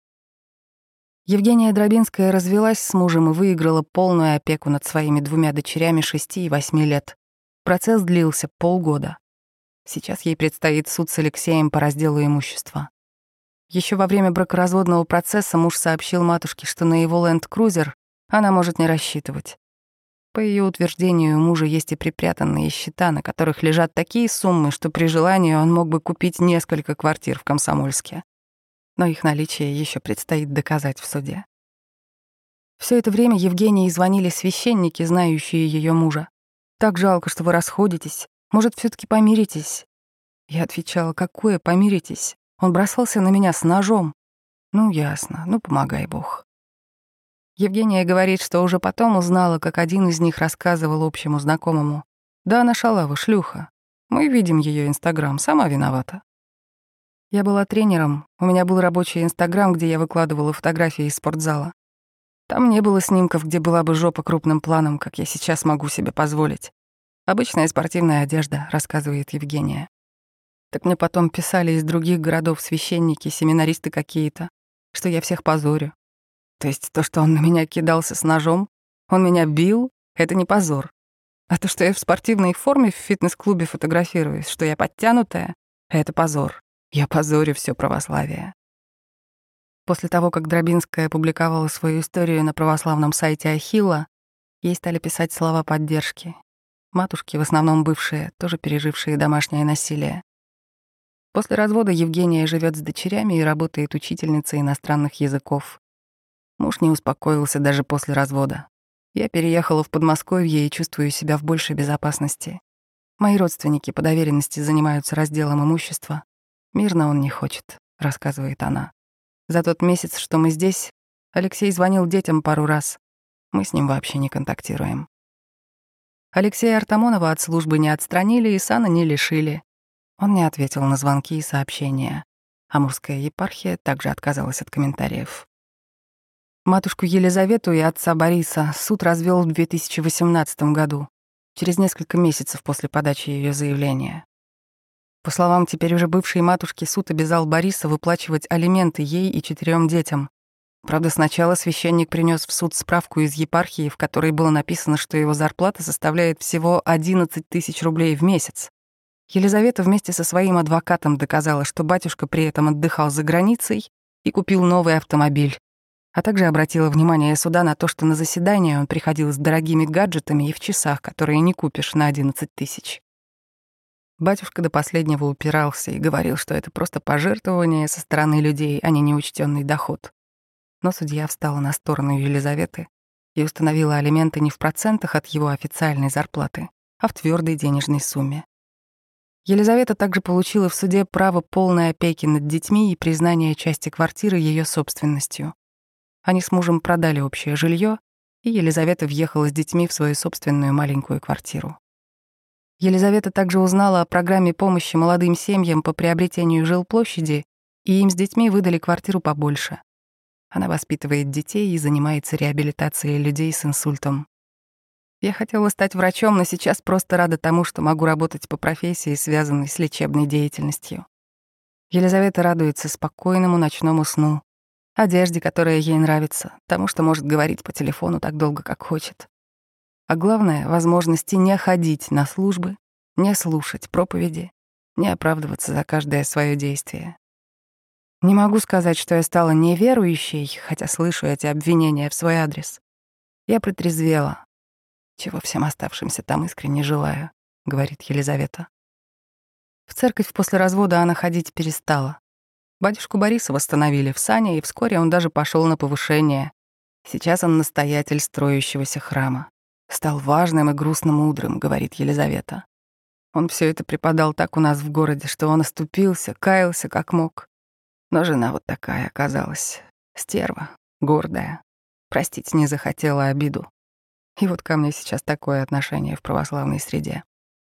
Евгения Дробинская развелась с мужем и выиграла полную опеку над своими 2 дочерями 6 и 8 лет. Процесс длился полгода. Сейчас ей предстоит суд с Алексеем по разделу имущества. Еще во время бракоразводного процесса муж сообщил матушке, что на его ленд-крузер она может не рассчитывать. По ее утверждению, у мужа есть и припрятанные счета, на которых лежат такие суммы, что при желании он мог бы купить несколько квартир в Комсомольске. Но их наличие еще предстоит доказать в суде. Все это время Евгении звонили священники, знающие ее мужа. «Так жалко, что вы расходитесь. Может, все таки помиритесь?» Я отвечала: «Какое помиритесь? Он бросался на меня с ножом». «Ну, ясно. Ну, помогай Бог». Евгения говорит, что уже потом узнала, как один из них рассказывал общему знакомому: «Да, она шалава, шлюха. Мы видим ее Инстаграм, сама виновата». Я была тренером, у меня был рабочий Инстаграм, где я выкладывала фотографии из спортзала. Там не было снимков, где была бы жопа крупным планом, как я сейчас могу себе позволить. Обычная спортивная одежда, рассказывает Евгения. Так мне потом писали из других городов священники, семинаристы какие-то, что я всех позорю. То есть то, что он на меня кидался с ножом, он меня бил, это не позор. А то, что я в спортивной форме в фитнес-клубе фотографируюсь, что я подтянутая, это позор. Я позорю все православие. После того, как Дробинская опубликовала свою историю на православном сайте Ахилла, ей стали писать слова поддержки. Матушки, в основном бывшие, тоже пережившие домашнее насилие. После развода Евгения живет с дочерями и работает учительницей иностранных языков. Муж не успокоился даже после развода. Я переехала в Подмосковье и чувствую себя в большей безопасности. Мои родственники по доверенности занимаются разделом имущества. Мирно он не хочет, рассказывает она. За тот месяц, что мы здесь, Алексей звонил детям пару раз. Мы с ним вообще не контактируем. Алексея Артамонова от службы не отстранили и сана не лишили. Он не ответил на звонки и сообщения. Амурская епархия также отказалась от комментариев. Матушку Елизавету и отца Бориса суд развел в 2018 году, через несколько месяцев после подачи ее заявления. По словам теперь уже бывшей матушки, суд обязал Бориса выплачивать алименты ей и 4 детям. Правда, сначала священник принес в суд справку из епархии, в которой было написано, что его зарплата составляет всего 11 тысяч рублей в месяц. Елизавета вместе со своим адвокатом доказала, что батюшка при этом отдыхал за границей и купил новый автомобиль, а также обратила внимание суда на то, что на заседание он приходил с дорогими гаджетами и в часах, которые не купишь на 11 тысяч. Батюшка до последнего упирался и говорил, что это просто пожертвование со стороны людей, а не неучтенный доход. Но судья встала на сторону Елизаветы и установила алименты не в процентах от его официальной зарплаты, а в твердой денежной сумме. Елизавета также получила в суде право полной опеки над детьми и признание части квартиры ее собственностью. Они с мужем продали общее жилье, и Елизавета въехала с детьми в свою собственную маленькую квартиру. Елизавета также узнала о программе помощи молодым семьям по приобретению жилплощади, и им с детьми выдали квартиру побольше. Она воспитывает детей и занимается реабилитацией людей с инсультом. Я хотела стать врачом, но сейчас просто рада тому, что могу работать по профессии, связанной с лечебной деятельностью. Елизавета радуется спокойному ночному сну, одежде, которая ей нравится, тому, что может говорить по телефону так долго, как хочет. А главное — возможности не ходить на службы, не слушать проповеди, не оправдываться за каждое свое действие. Не могу сказать, что я стала неверующей, хотя слышу эти обвинения в свой адрес. Я протрезвела, чего всем оставшимся там искренне желаю, говорит Елизавета. В церковь после развода она ходить перестала. Батюшку Бориса восстановили в сане, и вскоре он даже пошел на повышение. Сейчас он настоятель строящегося храма. Стал важным и грустно мудрым, говорит Елизавета. Он все это преподал так у нас в городе, что он оступился, каялся как мог. Но жена вот такая оказалась. Стерва, гордая. Простить не захотела обиду. И вот ко мне сейчас такое отношение в православной среде.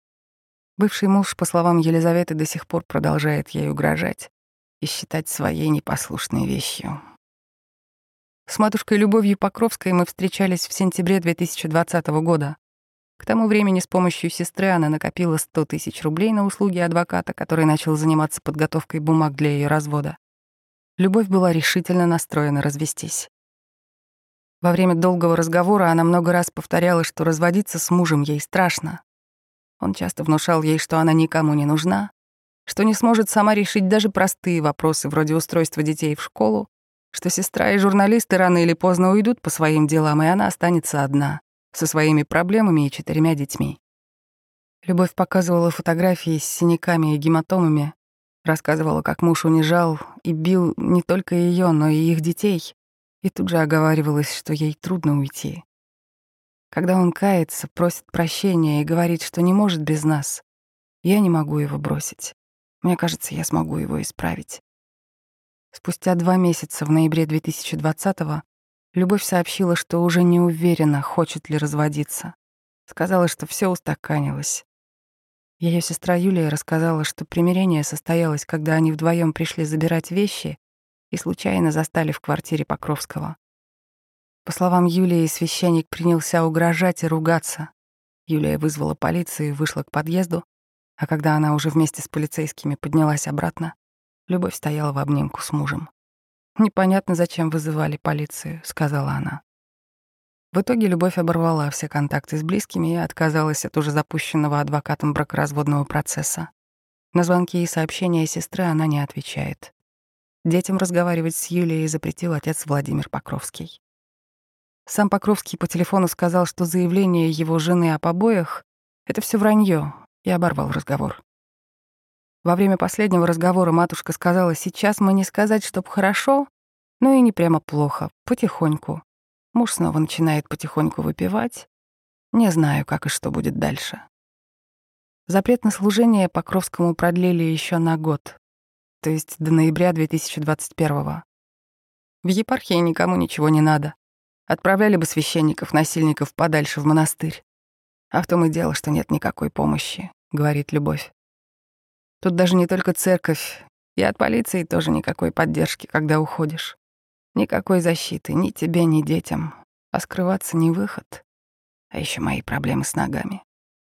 Бывший муж, по словам Елизаветы, до сих пор продолжает ей угрожать и считать своей непослушной вещью. С матушкой Любовью Покровской мы встречались в сентябре 2020 года. К тому времени с помощью сестры она накопила 100 тысяч рублей на услуги адвоката, который начал заниматься подготовкой бумаг для ее развода. Любовь была решительно настроена развестись. Во время долгого разговора она много раз повторяла, что разводиться с мужем ей страшно. Он часто внушал ей, что она никому не нужна, что не сможет сама решить даже простые вопросы вроде устройства детей в школу, что сестра и журналисты рано или поздно уйдут по своим делам, и она останется одна, со своими проблемами и 4 детьми. Любовь показывала фотографии с синяками и гематомами, рассказывала, как муж унижал и бил не только ее, но и их детей, и тут же оговаривалась, что ей трудно уйти. Когда он кается, просит прощения и говорит, что не может без нас, я не могу его бросить. Мне кажется, я смогу его исправить. Спустя 2 месяца, в ноябре 2020-го, Любовь сообщила, что уже не уверена, хочет ли разводиться. Сказала, что все устаканилось. Ее сестра Юлия рассказала, что примирение состоялось, когда они вдвоем пришли забирать вещи и случайно застали в квартире Покровского. По словам Юлии, священник принялся угрожать и ругаться. Юлия вызвала полицию и вышла к подъезду, а когда она уже вместе с полицейскими поднялась обратно, Любовь стояла в обнимку с мужем. «Непонятно, зачем вызывали полицию», — сказала она. В итоге Любовь оборвала все контакты с близкими и отказалась от уже запущенного адвокатом бракоразводного процесса. На звонки и сообщения сестры она не отвечает. Детям разговаривать с Юлией запретил отец Владимир Покровский. Сам Покровский по телефону сказал, что заявление его жены о побоях — это все вранье, и оборвал разговор. Во время последнего разговора матушка сказала: «Сейчас мы не сказать, чтоб хорошо, но и не прямо плохо, потихоньку». Муж снова начинает потихоньку выпивать. Не знаю, как и что будет дальше. Запрет на служение Покровскому продлили еще на год, то есть до ноября 2021-го. В епархии никому ничего не надо. Отправляли бы священников-насильников подальше в монастырь. А в том и дело, что нет никакой помощи, говорит Любовь. Тут даже не только церковь, и от полиции тоже никакой поддержки, когда уходишь. Никакой защиты ни тебе, ни детям. А скрываться не выход. А еще мои проблемы с ногами.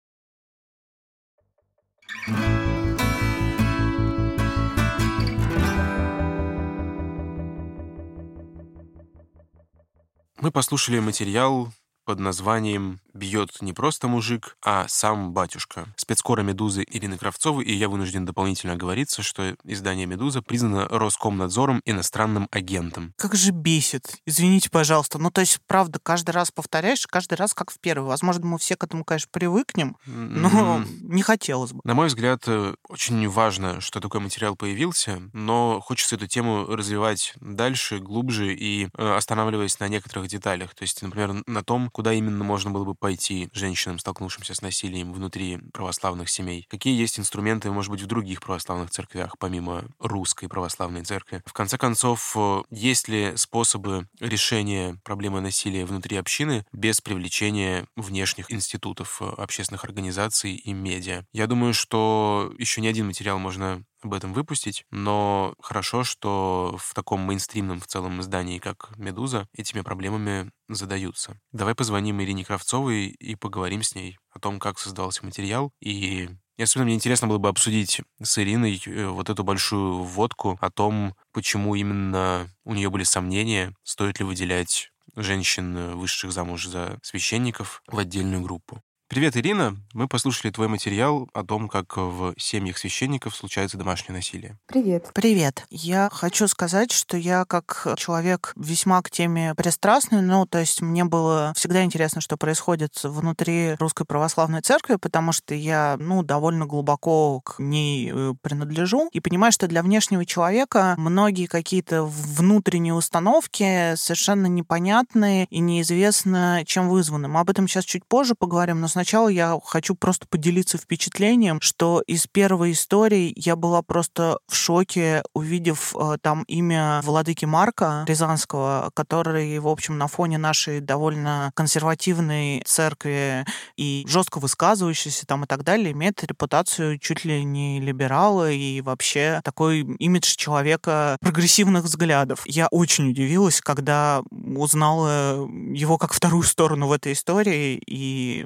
Мы послушали материал под названием «Бьет не просто мужик, а сам батюшка» спецкора «Медузы» Ирины Кравцовой, и я вынужден дополнительно оговориться, что издание «Медуза» признано Роскомнадзором иностранным агентом. Как же бесит. Извините, пожалуйста. Ну, то есть, правда, каждый раз повторяешь, каждый раз как в первый. Возможно, мы все к этому, конечно, привыкнем, но не хотелось бы. На мой взгляд, очень важно, что такой материал появился, но хочется эту тему развивать дальше, глубже и останавливаясь на некоторых деталях. То есть, например, на том, куда именно можно было бы пойти женщинам, столкнувшимся с насилием внутри православных семей. Какие есть инструменты, может быть, в других православных церквях, помимо русской православной церкви. В конце концов, есть ли способы решения проблемы насилия внутри общины без привлечения внешних институтов, общественных организаций и медиа? Я думаю, что еще не один материал можно об этом выпустить, но хорошо, что в таком мейнстримном в целом издании, как «Медуза», этими проблемами задаются. Давай позвоним Ирине Кравцовой и поговорим с ней о том, как создавался материал. И особенно мне интересно было бы обсудить с Ириной вот эту большую вводку о том, почему именно у нее были сомнения, стоит ли выделять женщин, вышедших замуж за священников, в отдельную группу. Привет, Ирина. Мы послушали твой материал о том, как в семьях священников случается домашнее насилие. Привет. Привет. Я хочу сказать, что я как человек весьма к теме пристрастный, ну, то есть мне было всегда интересно, что происходит внутри Русской Православной Церкви, потому что я, довольно глубоко к ней принадлежу и понимаю, что для внешнего человека многие какие-то внутренние установки совершенно непонятные и неизвестно, чем вызваны. Мы об этом сейчас чуть позже поговорим, но сначала я хочу просто поделиться впечатлением, что из первой истории я была просто в шоке, увидев там имя владыки Марка Рязанского, который, в общем, на фоне нашей довольно консервативной церкви и жестко высказывающейся там и так далее, имеет репутацию чуть ли не либерала и вообще такой имидж человека прогрессивных взглядов. Я очень удивилась, когда узнала его как вторую сторону в этой истории, и это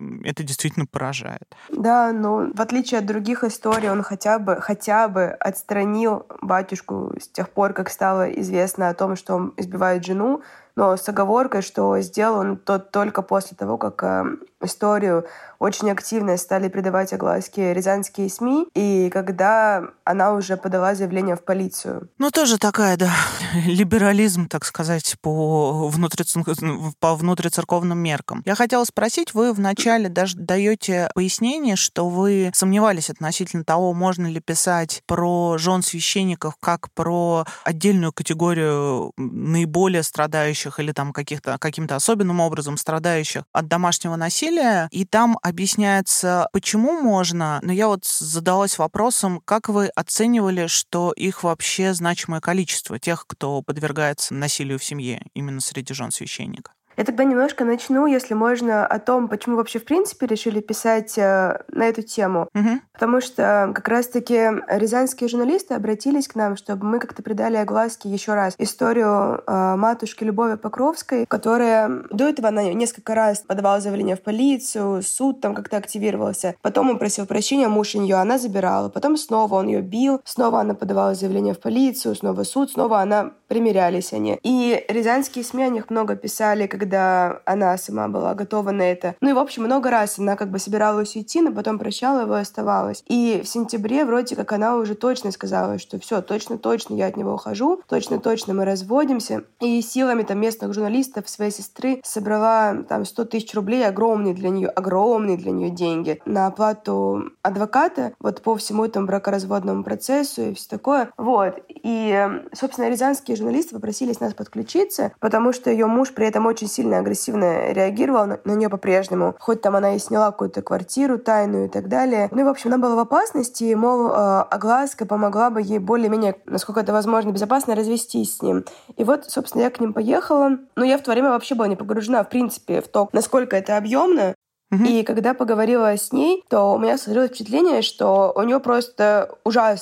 действительно поражает. Да, но в отличие от других историй, он хотя бы отстранил батюшку с тех пор, как стало известно о том, что он избивает жену, но с оговоркой, что сделал он только после того, как историю очень активно стали придавать огласке рязанские СМИ, и когда она уже подала заявление в полицию. Ну, тоже такая, да, либерализм, так сказать, по внутрицерковным меркам. Я хотела спросить, вы вначале даже даете пояснение, что вы сомневались относительно того, можно ли писать про жен священников как про отдельную категорию наиболее страдающих или там каким-то особенным образом страдающих от домашнего насилия, и там объясняется, почему можно, но я вот задалась вопросом, как вы оценивали, что их вообще значимое количество, тех, кто подвергается насилию в семье, именно среди жен священника? Я тогда немножко начну, если можно, о том, почему вообще в принципе решили писать на эту тему. Потому что как раз-таки рязанские журналисты обратились к нам, чтобы мы как-то придали огласке еще раз историю матушки Любови Покровской, которая до этого она несколько раз подавала заявление в полицию, суд там как-то активировался. Потом он просил прощения, муж ее, она забирала. Потом снова он ее бил, снова она подавала заявление в полицию, снова суд, снова она примирялись они. И рязанские СМИ о них много писали, когда она сама была готова на это. Ну и, в общем, много раз она как бы собиралась уйти, но потом прощала его и оставалась. И в сентябре вроде как она уже точно сказала, что все, точно я от него ухожу, точно мы разводимся. И силами там местных журналистов своей сестры собрала там 100 000 рублей, огромные для нее деньги на оплату адвоката вот по всему этому бракоразводному процессу и все такое. Вот. И, собственно, рязанские журналисты попросились нас подключиться, потому что ее муж при этом очень сильно агрессивно реагировал на нее по-прежнему. Хоть там она и сняла какую-то квартиру тайную и так далее. Ну и, в общем, она была в опасности, и, мол, огласка помогла бы ей более-менее, насколько это возможно, безопасно развестись с ним. И вот, собственно, я к ним поехала. Но я в то время вообще была не погружена, в принципе, в то, насколько это объемно. И когда поговорила с ней, то у меня сложилось впечатление, что у нее просто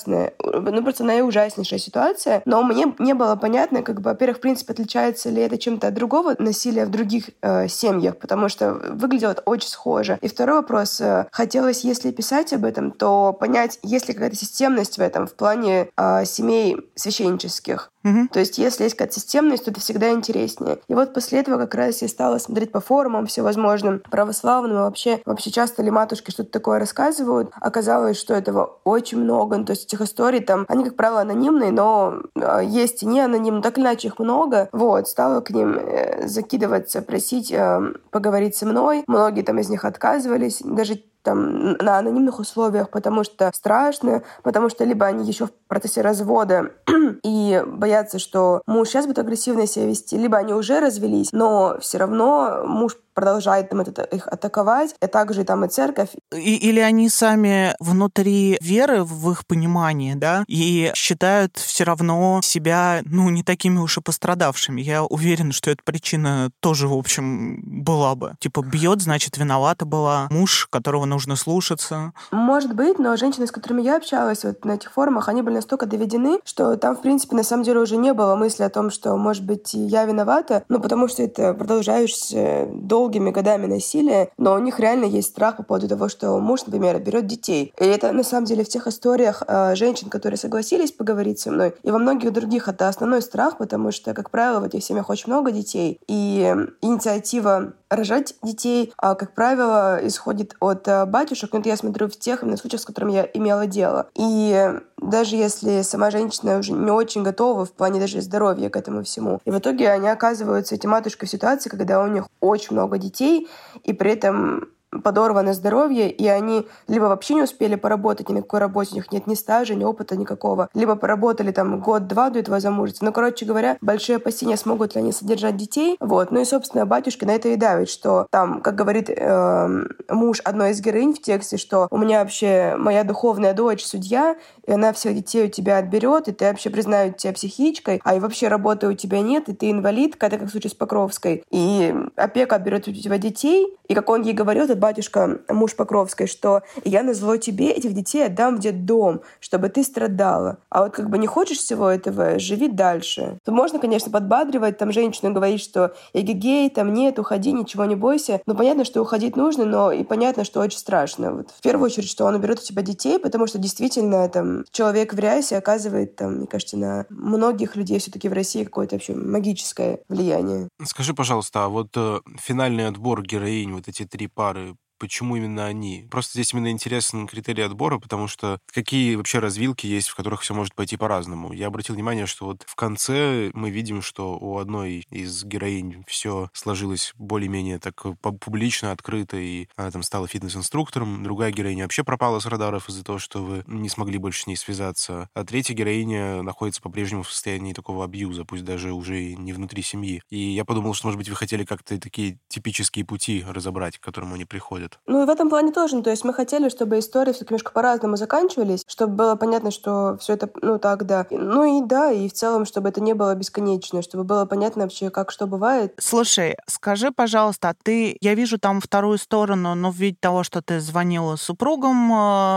наиужаснейшая ситуация. Но мне не было понятно, как бы, во-первых, в принципе, отличается ли это чем-то от другого насилия в других семьях, потому что выглядело это очень схоже. И второй вопрос. Хотелось, если писать об этом, то понять, есть ли какая-то системность в этом в плане семей священнических. То есть, если есть какая-то системность, то это всегда интереснее. И вот после этого как раз я стала смотреть по форумам всевозможным, православным, вообще часто ли матушки что-то такое рассказывают. Оказалось, что этого очень много. То есть этих историй там, они, как правило, анонимные, но есть и не анонимные, так или иначе их много. Вот, стала к ним закидываться, просить поговорить со мной. Многие там из них отказывались, даже там на анонимных условиях, потому что страшно, потому что либо они еще в процессе развода и боятся, что муж сейчас будет агрессивно себя вести, либо они уже развелись, но все равно муж продолжает там их атаковать, и также там и церковь. Или они сами внутри веры в их понимании, да, и считают все равно себя, не такими уж и пострадавшими. Я уверена, что эта причина тоже, в общем, была бы. Типа, бьет, значит, виновата была. Муж, которого нужно слушаться. Может быть, но женщины, с которыми я общалась вот на этих форумах, они были настолько доведены, что там, в принципе, на самом деле уже не было мысли о том, что, может быть, я виновата, потому что это продолжающееся долгими годами насилия, но у них реально есть страх по поводу того, что муж, например, берет детей. И это, на самом деле, в тех историях женщин, которые согласились поговорить со мной, и во многих других это основной страх, потому что, как правило, в этих семьях очень много детей, и инициатива рожать детей, как правило, исходит от батюшек, но это я смотрю в тех именно случаях, с которыми я имела дело. И даже если сама женщина уже не очень готова в плане даже здоровья к этому всему. И в итоге они оказываются, эти матушки, в ситуации, когда у них очень много детей, и при этом подорвано здоровье, и они либо вообще не успели поработать, ни на какой работе, у них нет ни стажа, ни опыта никакого, либо поработали там год-два до этого замужества. Короче говоря, большие опасения, смогут ли они содержать детей. Вот. Ну и, собственно, батюшка на это и давит, что там, как говорит муж одной из героинь в тексте, что у меня вообще моя духовная дочь судья, и она всех детей у тебя отберет, и ты вообще признают тебя психичкой, а и вообще работы у тебя нет, и ты инвалидка, это как в случае с Покровской. И опека отберет у тебя детей, и как он ей говорил, этот батюшка, муж Покровской, что я назло тебе этих детей отдам в детдом, чтобы ты страдала. А вот как бы не хочешь всего этого, живи дальше. То можно, конечно, подбадривать там женщину, говорить, что эгегей, там нет, уходи, ничего не бойся. Но понятно, что уходить нужно, но и понятно, что очень страшно. Вот в первую очередь, что он уберет у тебя детей, потому что действительно там человек в рясе оказывает, там, мне кажется, на многих людей все-таки в России какое-то вообще магическое влияние. Скажи, пожалуйста, а вот финальный отбор героинь, вот эти 3 пары, почему именно они? Просто здесь именно интересен критерий отбора, потому что какие вообще развилки есть, в которых все может пойти по-разному. Я обратил внимание, что вот в конце мы видим, что у одной из героинь все сложилось более-менее так публично, открыто, и она там стала фитнес-инструктором. Другая героиня вообще пропала с радаров из-за того, что вы не смогли больше с ней связаться. А третья героиня находится по-прежнему в состоянии такого абьюза, пусть даже уже и не внутри семьи. И я подумал, что, может быть, вы хотели как-то такие типические пути разобрать, к которым они приходят. Ну и в этом плане тоже. То есть мы хотели, чтобы истории все-таки немножко по-разному заканчивались, чтобы было понятно, что все это, так, да. Ну и да, и в целом, чтобы это не было бесконечно, чтобы было понятно вообще, как что бывает. Слушай, скажи, пожалуйста, а я вижу там вторую сторону, но в виде того, что ты звонила супругам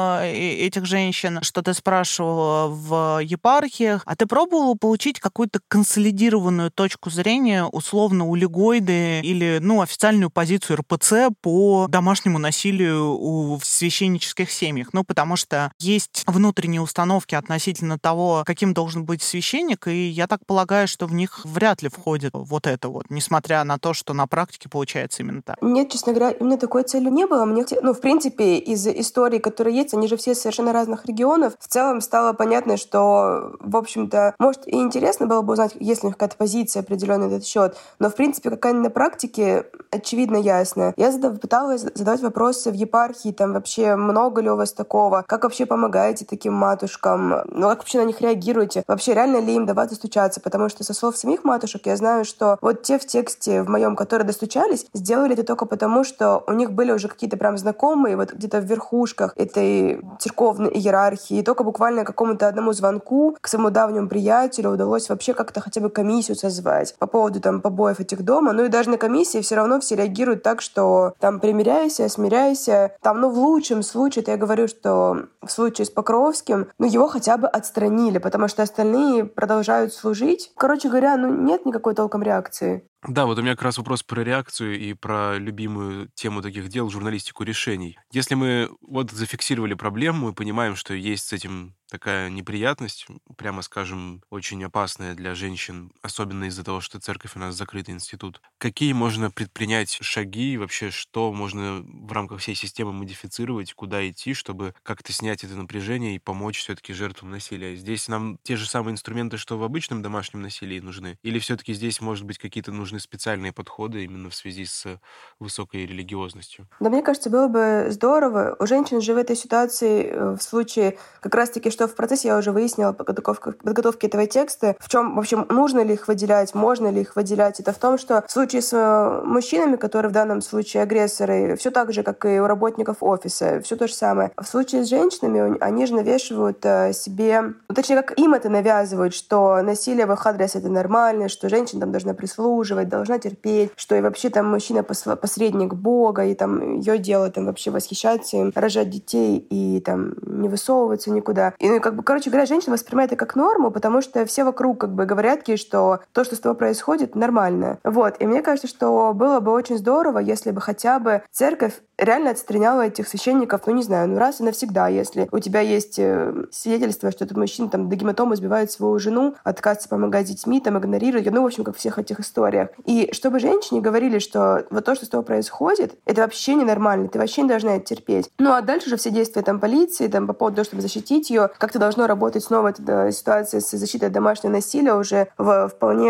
этих женщин, что ты спрашивала в епархиях, а ты пробовала получить какую-то консолидированную точку зрения, условно, у Лигойды или, официальную позицию РПЦ по домашнему насилию в священнических семьях? Потому что есть внутренние установки относительно того, каким должен быть священник, и я так полагаю, что в них вряд ли входит вот это вот, несмотря на то, что на практике получается именно так. Нет, честно говоря, именно такой цели не было. Мне, в принципе, из историй, которые есть, они же все совершенно разных регионов, в целом стало понятно, что, в общем-то, может, и интересно было бы узнать, есть ли у них какая-то позиция определенная на этот счет, но, в принципе, какая на практике, очевидно, ясно. Я пыталась задавать вопросы в епархии, там вообще много ли у вас такого, как вообще помогаете таким матушкам, как вообще на них реагируете, вообще реально ли им до вас достучаться, потому что со слов самих матушек я знаю, что вот те в тексте в моем, которые достучались, сделали это только потому, что у них были уже какие-то прям знакомые вот где-то в верхушках этой церковной иерархии, и только буквально какому-то одному звонку к своему давнему приятелю удалось вообще как-то хотя бы комиссию созвать по поводу там побоев этих дома, и даже на комиссии все равно все реагируют так, что там примиряйся, смиряйся, там, в лучшем случае, это я говорю, что в случае с Покровским, его хотя бы отстранили, потому что остальные продолжают служить. Короче говоря, нет никакой толком реакции. Да, вот у меня как раз вопрос про реакцию и про любимую тему таких дел — журналистику решений. Если мы вот зафиксировали проблему, мы понимаем, что есть с этим такая неприятность, прямо скажем, очень опасная для женщин, особенно из-за того, что церковь у нас закрытый институт. Какие можно предпринять шаги, вообще что можно в рамках всей системы модифицировать, куда идти, чтобы как-то снять это напряжение и помочь все-таки жертвам насилия? Здесь нам те же самые инструменты, что в обычном домашнем насилии, нужны? Или все-таки здесь, может быть, какие-то нужны специальные подходы именно в связи с высокой религиозностью? Да, мне кажется, было бы здорово. У женщин же в этой ситуации, в случае как раз-таки, что в процессе я уже выяснила подготовки этого текста, в чем, в общем, нужно ли их выделять, можно ли их выделять, это в том, что в случае с мужчинами, которые в данном случае агрессоры, все так же, как и у работников офиса, все то же самое. В случае с женщинами они же навешивают себе, точнее, как им это навязывают, что насилие в их адрес — это нормально, что женщина там должна прислуживать, должна терпеть, что и вообще там мужчина посредник Бога, и там ее дело там вообще восхищаться им, рожать детей и там не высовываться никуда. И, короче говоря, женщина воспринимает это как норму, потому что все вокруг говорят ей, что то, что с тобой происходит, нормально. Вот. И мне кажется, что было бы очень здорово, если бы хотя бы церковь реально отстраняла этих священников, раз и навсегда. Если у тебя есть свидетельство, что этот мужчина там до гематомы избивает свою жену, отказывается помогать с детьми, там игнорирует ее, в общем, как в всех этих историях. И чтобы женщине говорили, что вот то, что с тобой происходит, это вообще ненормально, ты вообще не должна это терпеть. А дальше уже все действия там полиции, там по поводу того, чтобы защитить ее, как-то должно работать снова эта ситуация с защитой от домашнего насилия уже в вполне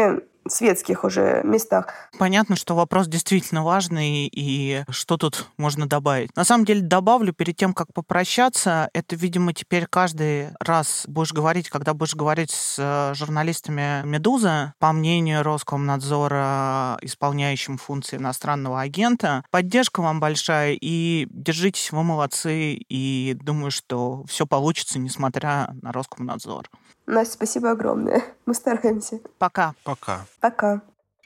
светских уже местах. Понятно, что вопрос действительно важный, и что тут можно добавить? На самом деле добавлю перед тем, как попрощаться, это, видимо, теперь каждый раз когда будешь говорить с журналистами «Медузы», по мнению Роскомнадзора, исполняющим функции иностранного агента, поддержка вам большая, и держитесь, вы молодцы, и думаю, что все получится, несмотря на Роскомнадзор. Настя, спасибо огромное. Мы стараемся. Пока. Пока. Пока.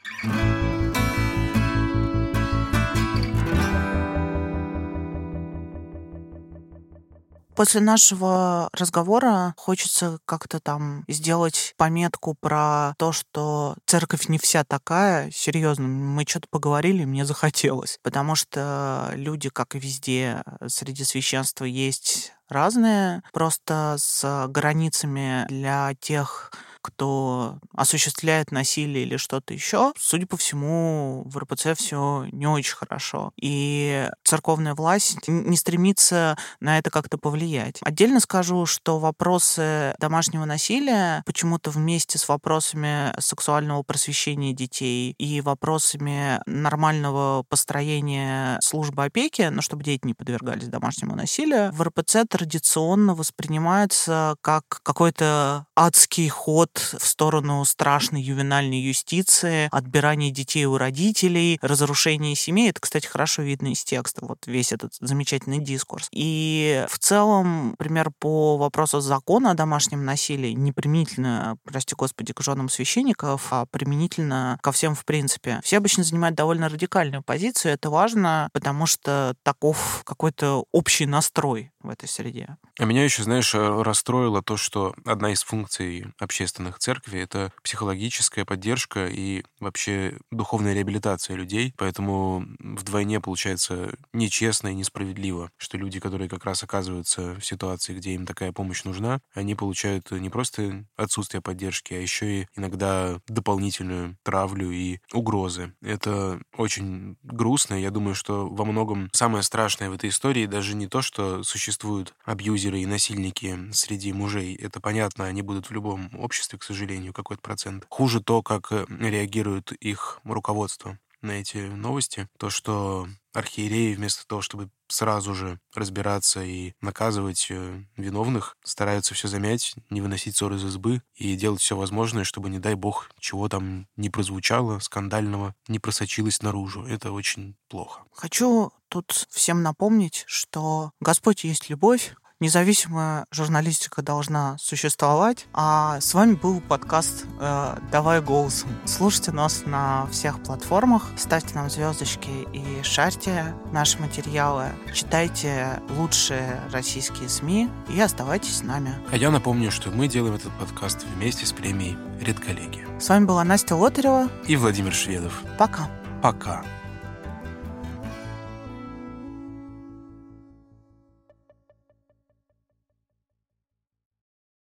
После нашего разговора хочется как-то там сделать пометку про то, что церковь не вся такая. Серьезно, мы что-то поговорили, мне захотелось. Потому что люди, как и везде, среди священства есть разные, просто с границами для тех, кто осуществляет насилие или что-то еще. Судя по всему, в РПЦ все не очень хорошо. И церковная власть не стремится на это как-то повлиять. Отдельно скажу, что вопросы домашнего насилия почему-то вместе с вопросами сексуального просвещения детей и вопросами нормального построения службы опеки, чтобы дети не подвергались домашнему насилию, в РПЦ традиционно воспринимается как какой-то адский ход в сторону страшной ювенальной юстиции, отбирания детей у родителей, разрушения семей. Это, кстати, хорошо видно из текста, весь этот замечательный дискурс. И в целом, например, по вопросу закона о домашнем насилии, не применительно, прости господи, к женам священников, а применительно ко всем в принципе. Все обычно занимают довольно радикальную позицию. Это важно, потому что таков какой-то общий настрой в этой среде. А меня еще, знаешь, расстроило то, что одна из функций общественных церкви — это психологическая поддержка и вообще духовная реабилитация людей. Поэтому вдвойне получается нечестно и несправедливо, что люди, которые как раз оказываются в ситуации, где им такая помощь нужна, они получают не просто отсутствие поддержки, а еще и иногда дополнительную травлю и угрозы. Это очень грустно. Я думаю, что во многом самое страшное в этой истории даже не то, что существуют абьюзеры и насильники среди мужей. Это понятно, они будут в любом обществе, к сожалению, какой-то процент. Хуже то, как реагирует их руководство на эти новости. То, что архиереи вместо того, чтобы сразу же разбираться и наказывать виновных, стараются все замять, не выносить ссор из избы и делать все возможное, чтобы, не дай бог, чего там не прозвучало, скандального, не просочилось наружу. Это очень плохо. Хочу тут всем напомнить, что Господь есть любовь, независимая журналистика должна существовать. А с вами был подкаст «Давай голосом». Слушайте нас на всех платформах, ставьте нам звездочки и шарьте наши материалы, читайте лучшие российские СМИ и оставайтесь с нами. А я напомню, что мы делаем этот подкаст вместе с премией «Редколлегия». С вами была Настя Лотарева и Владимир Шведов. Пока. Пока.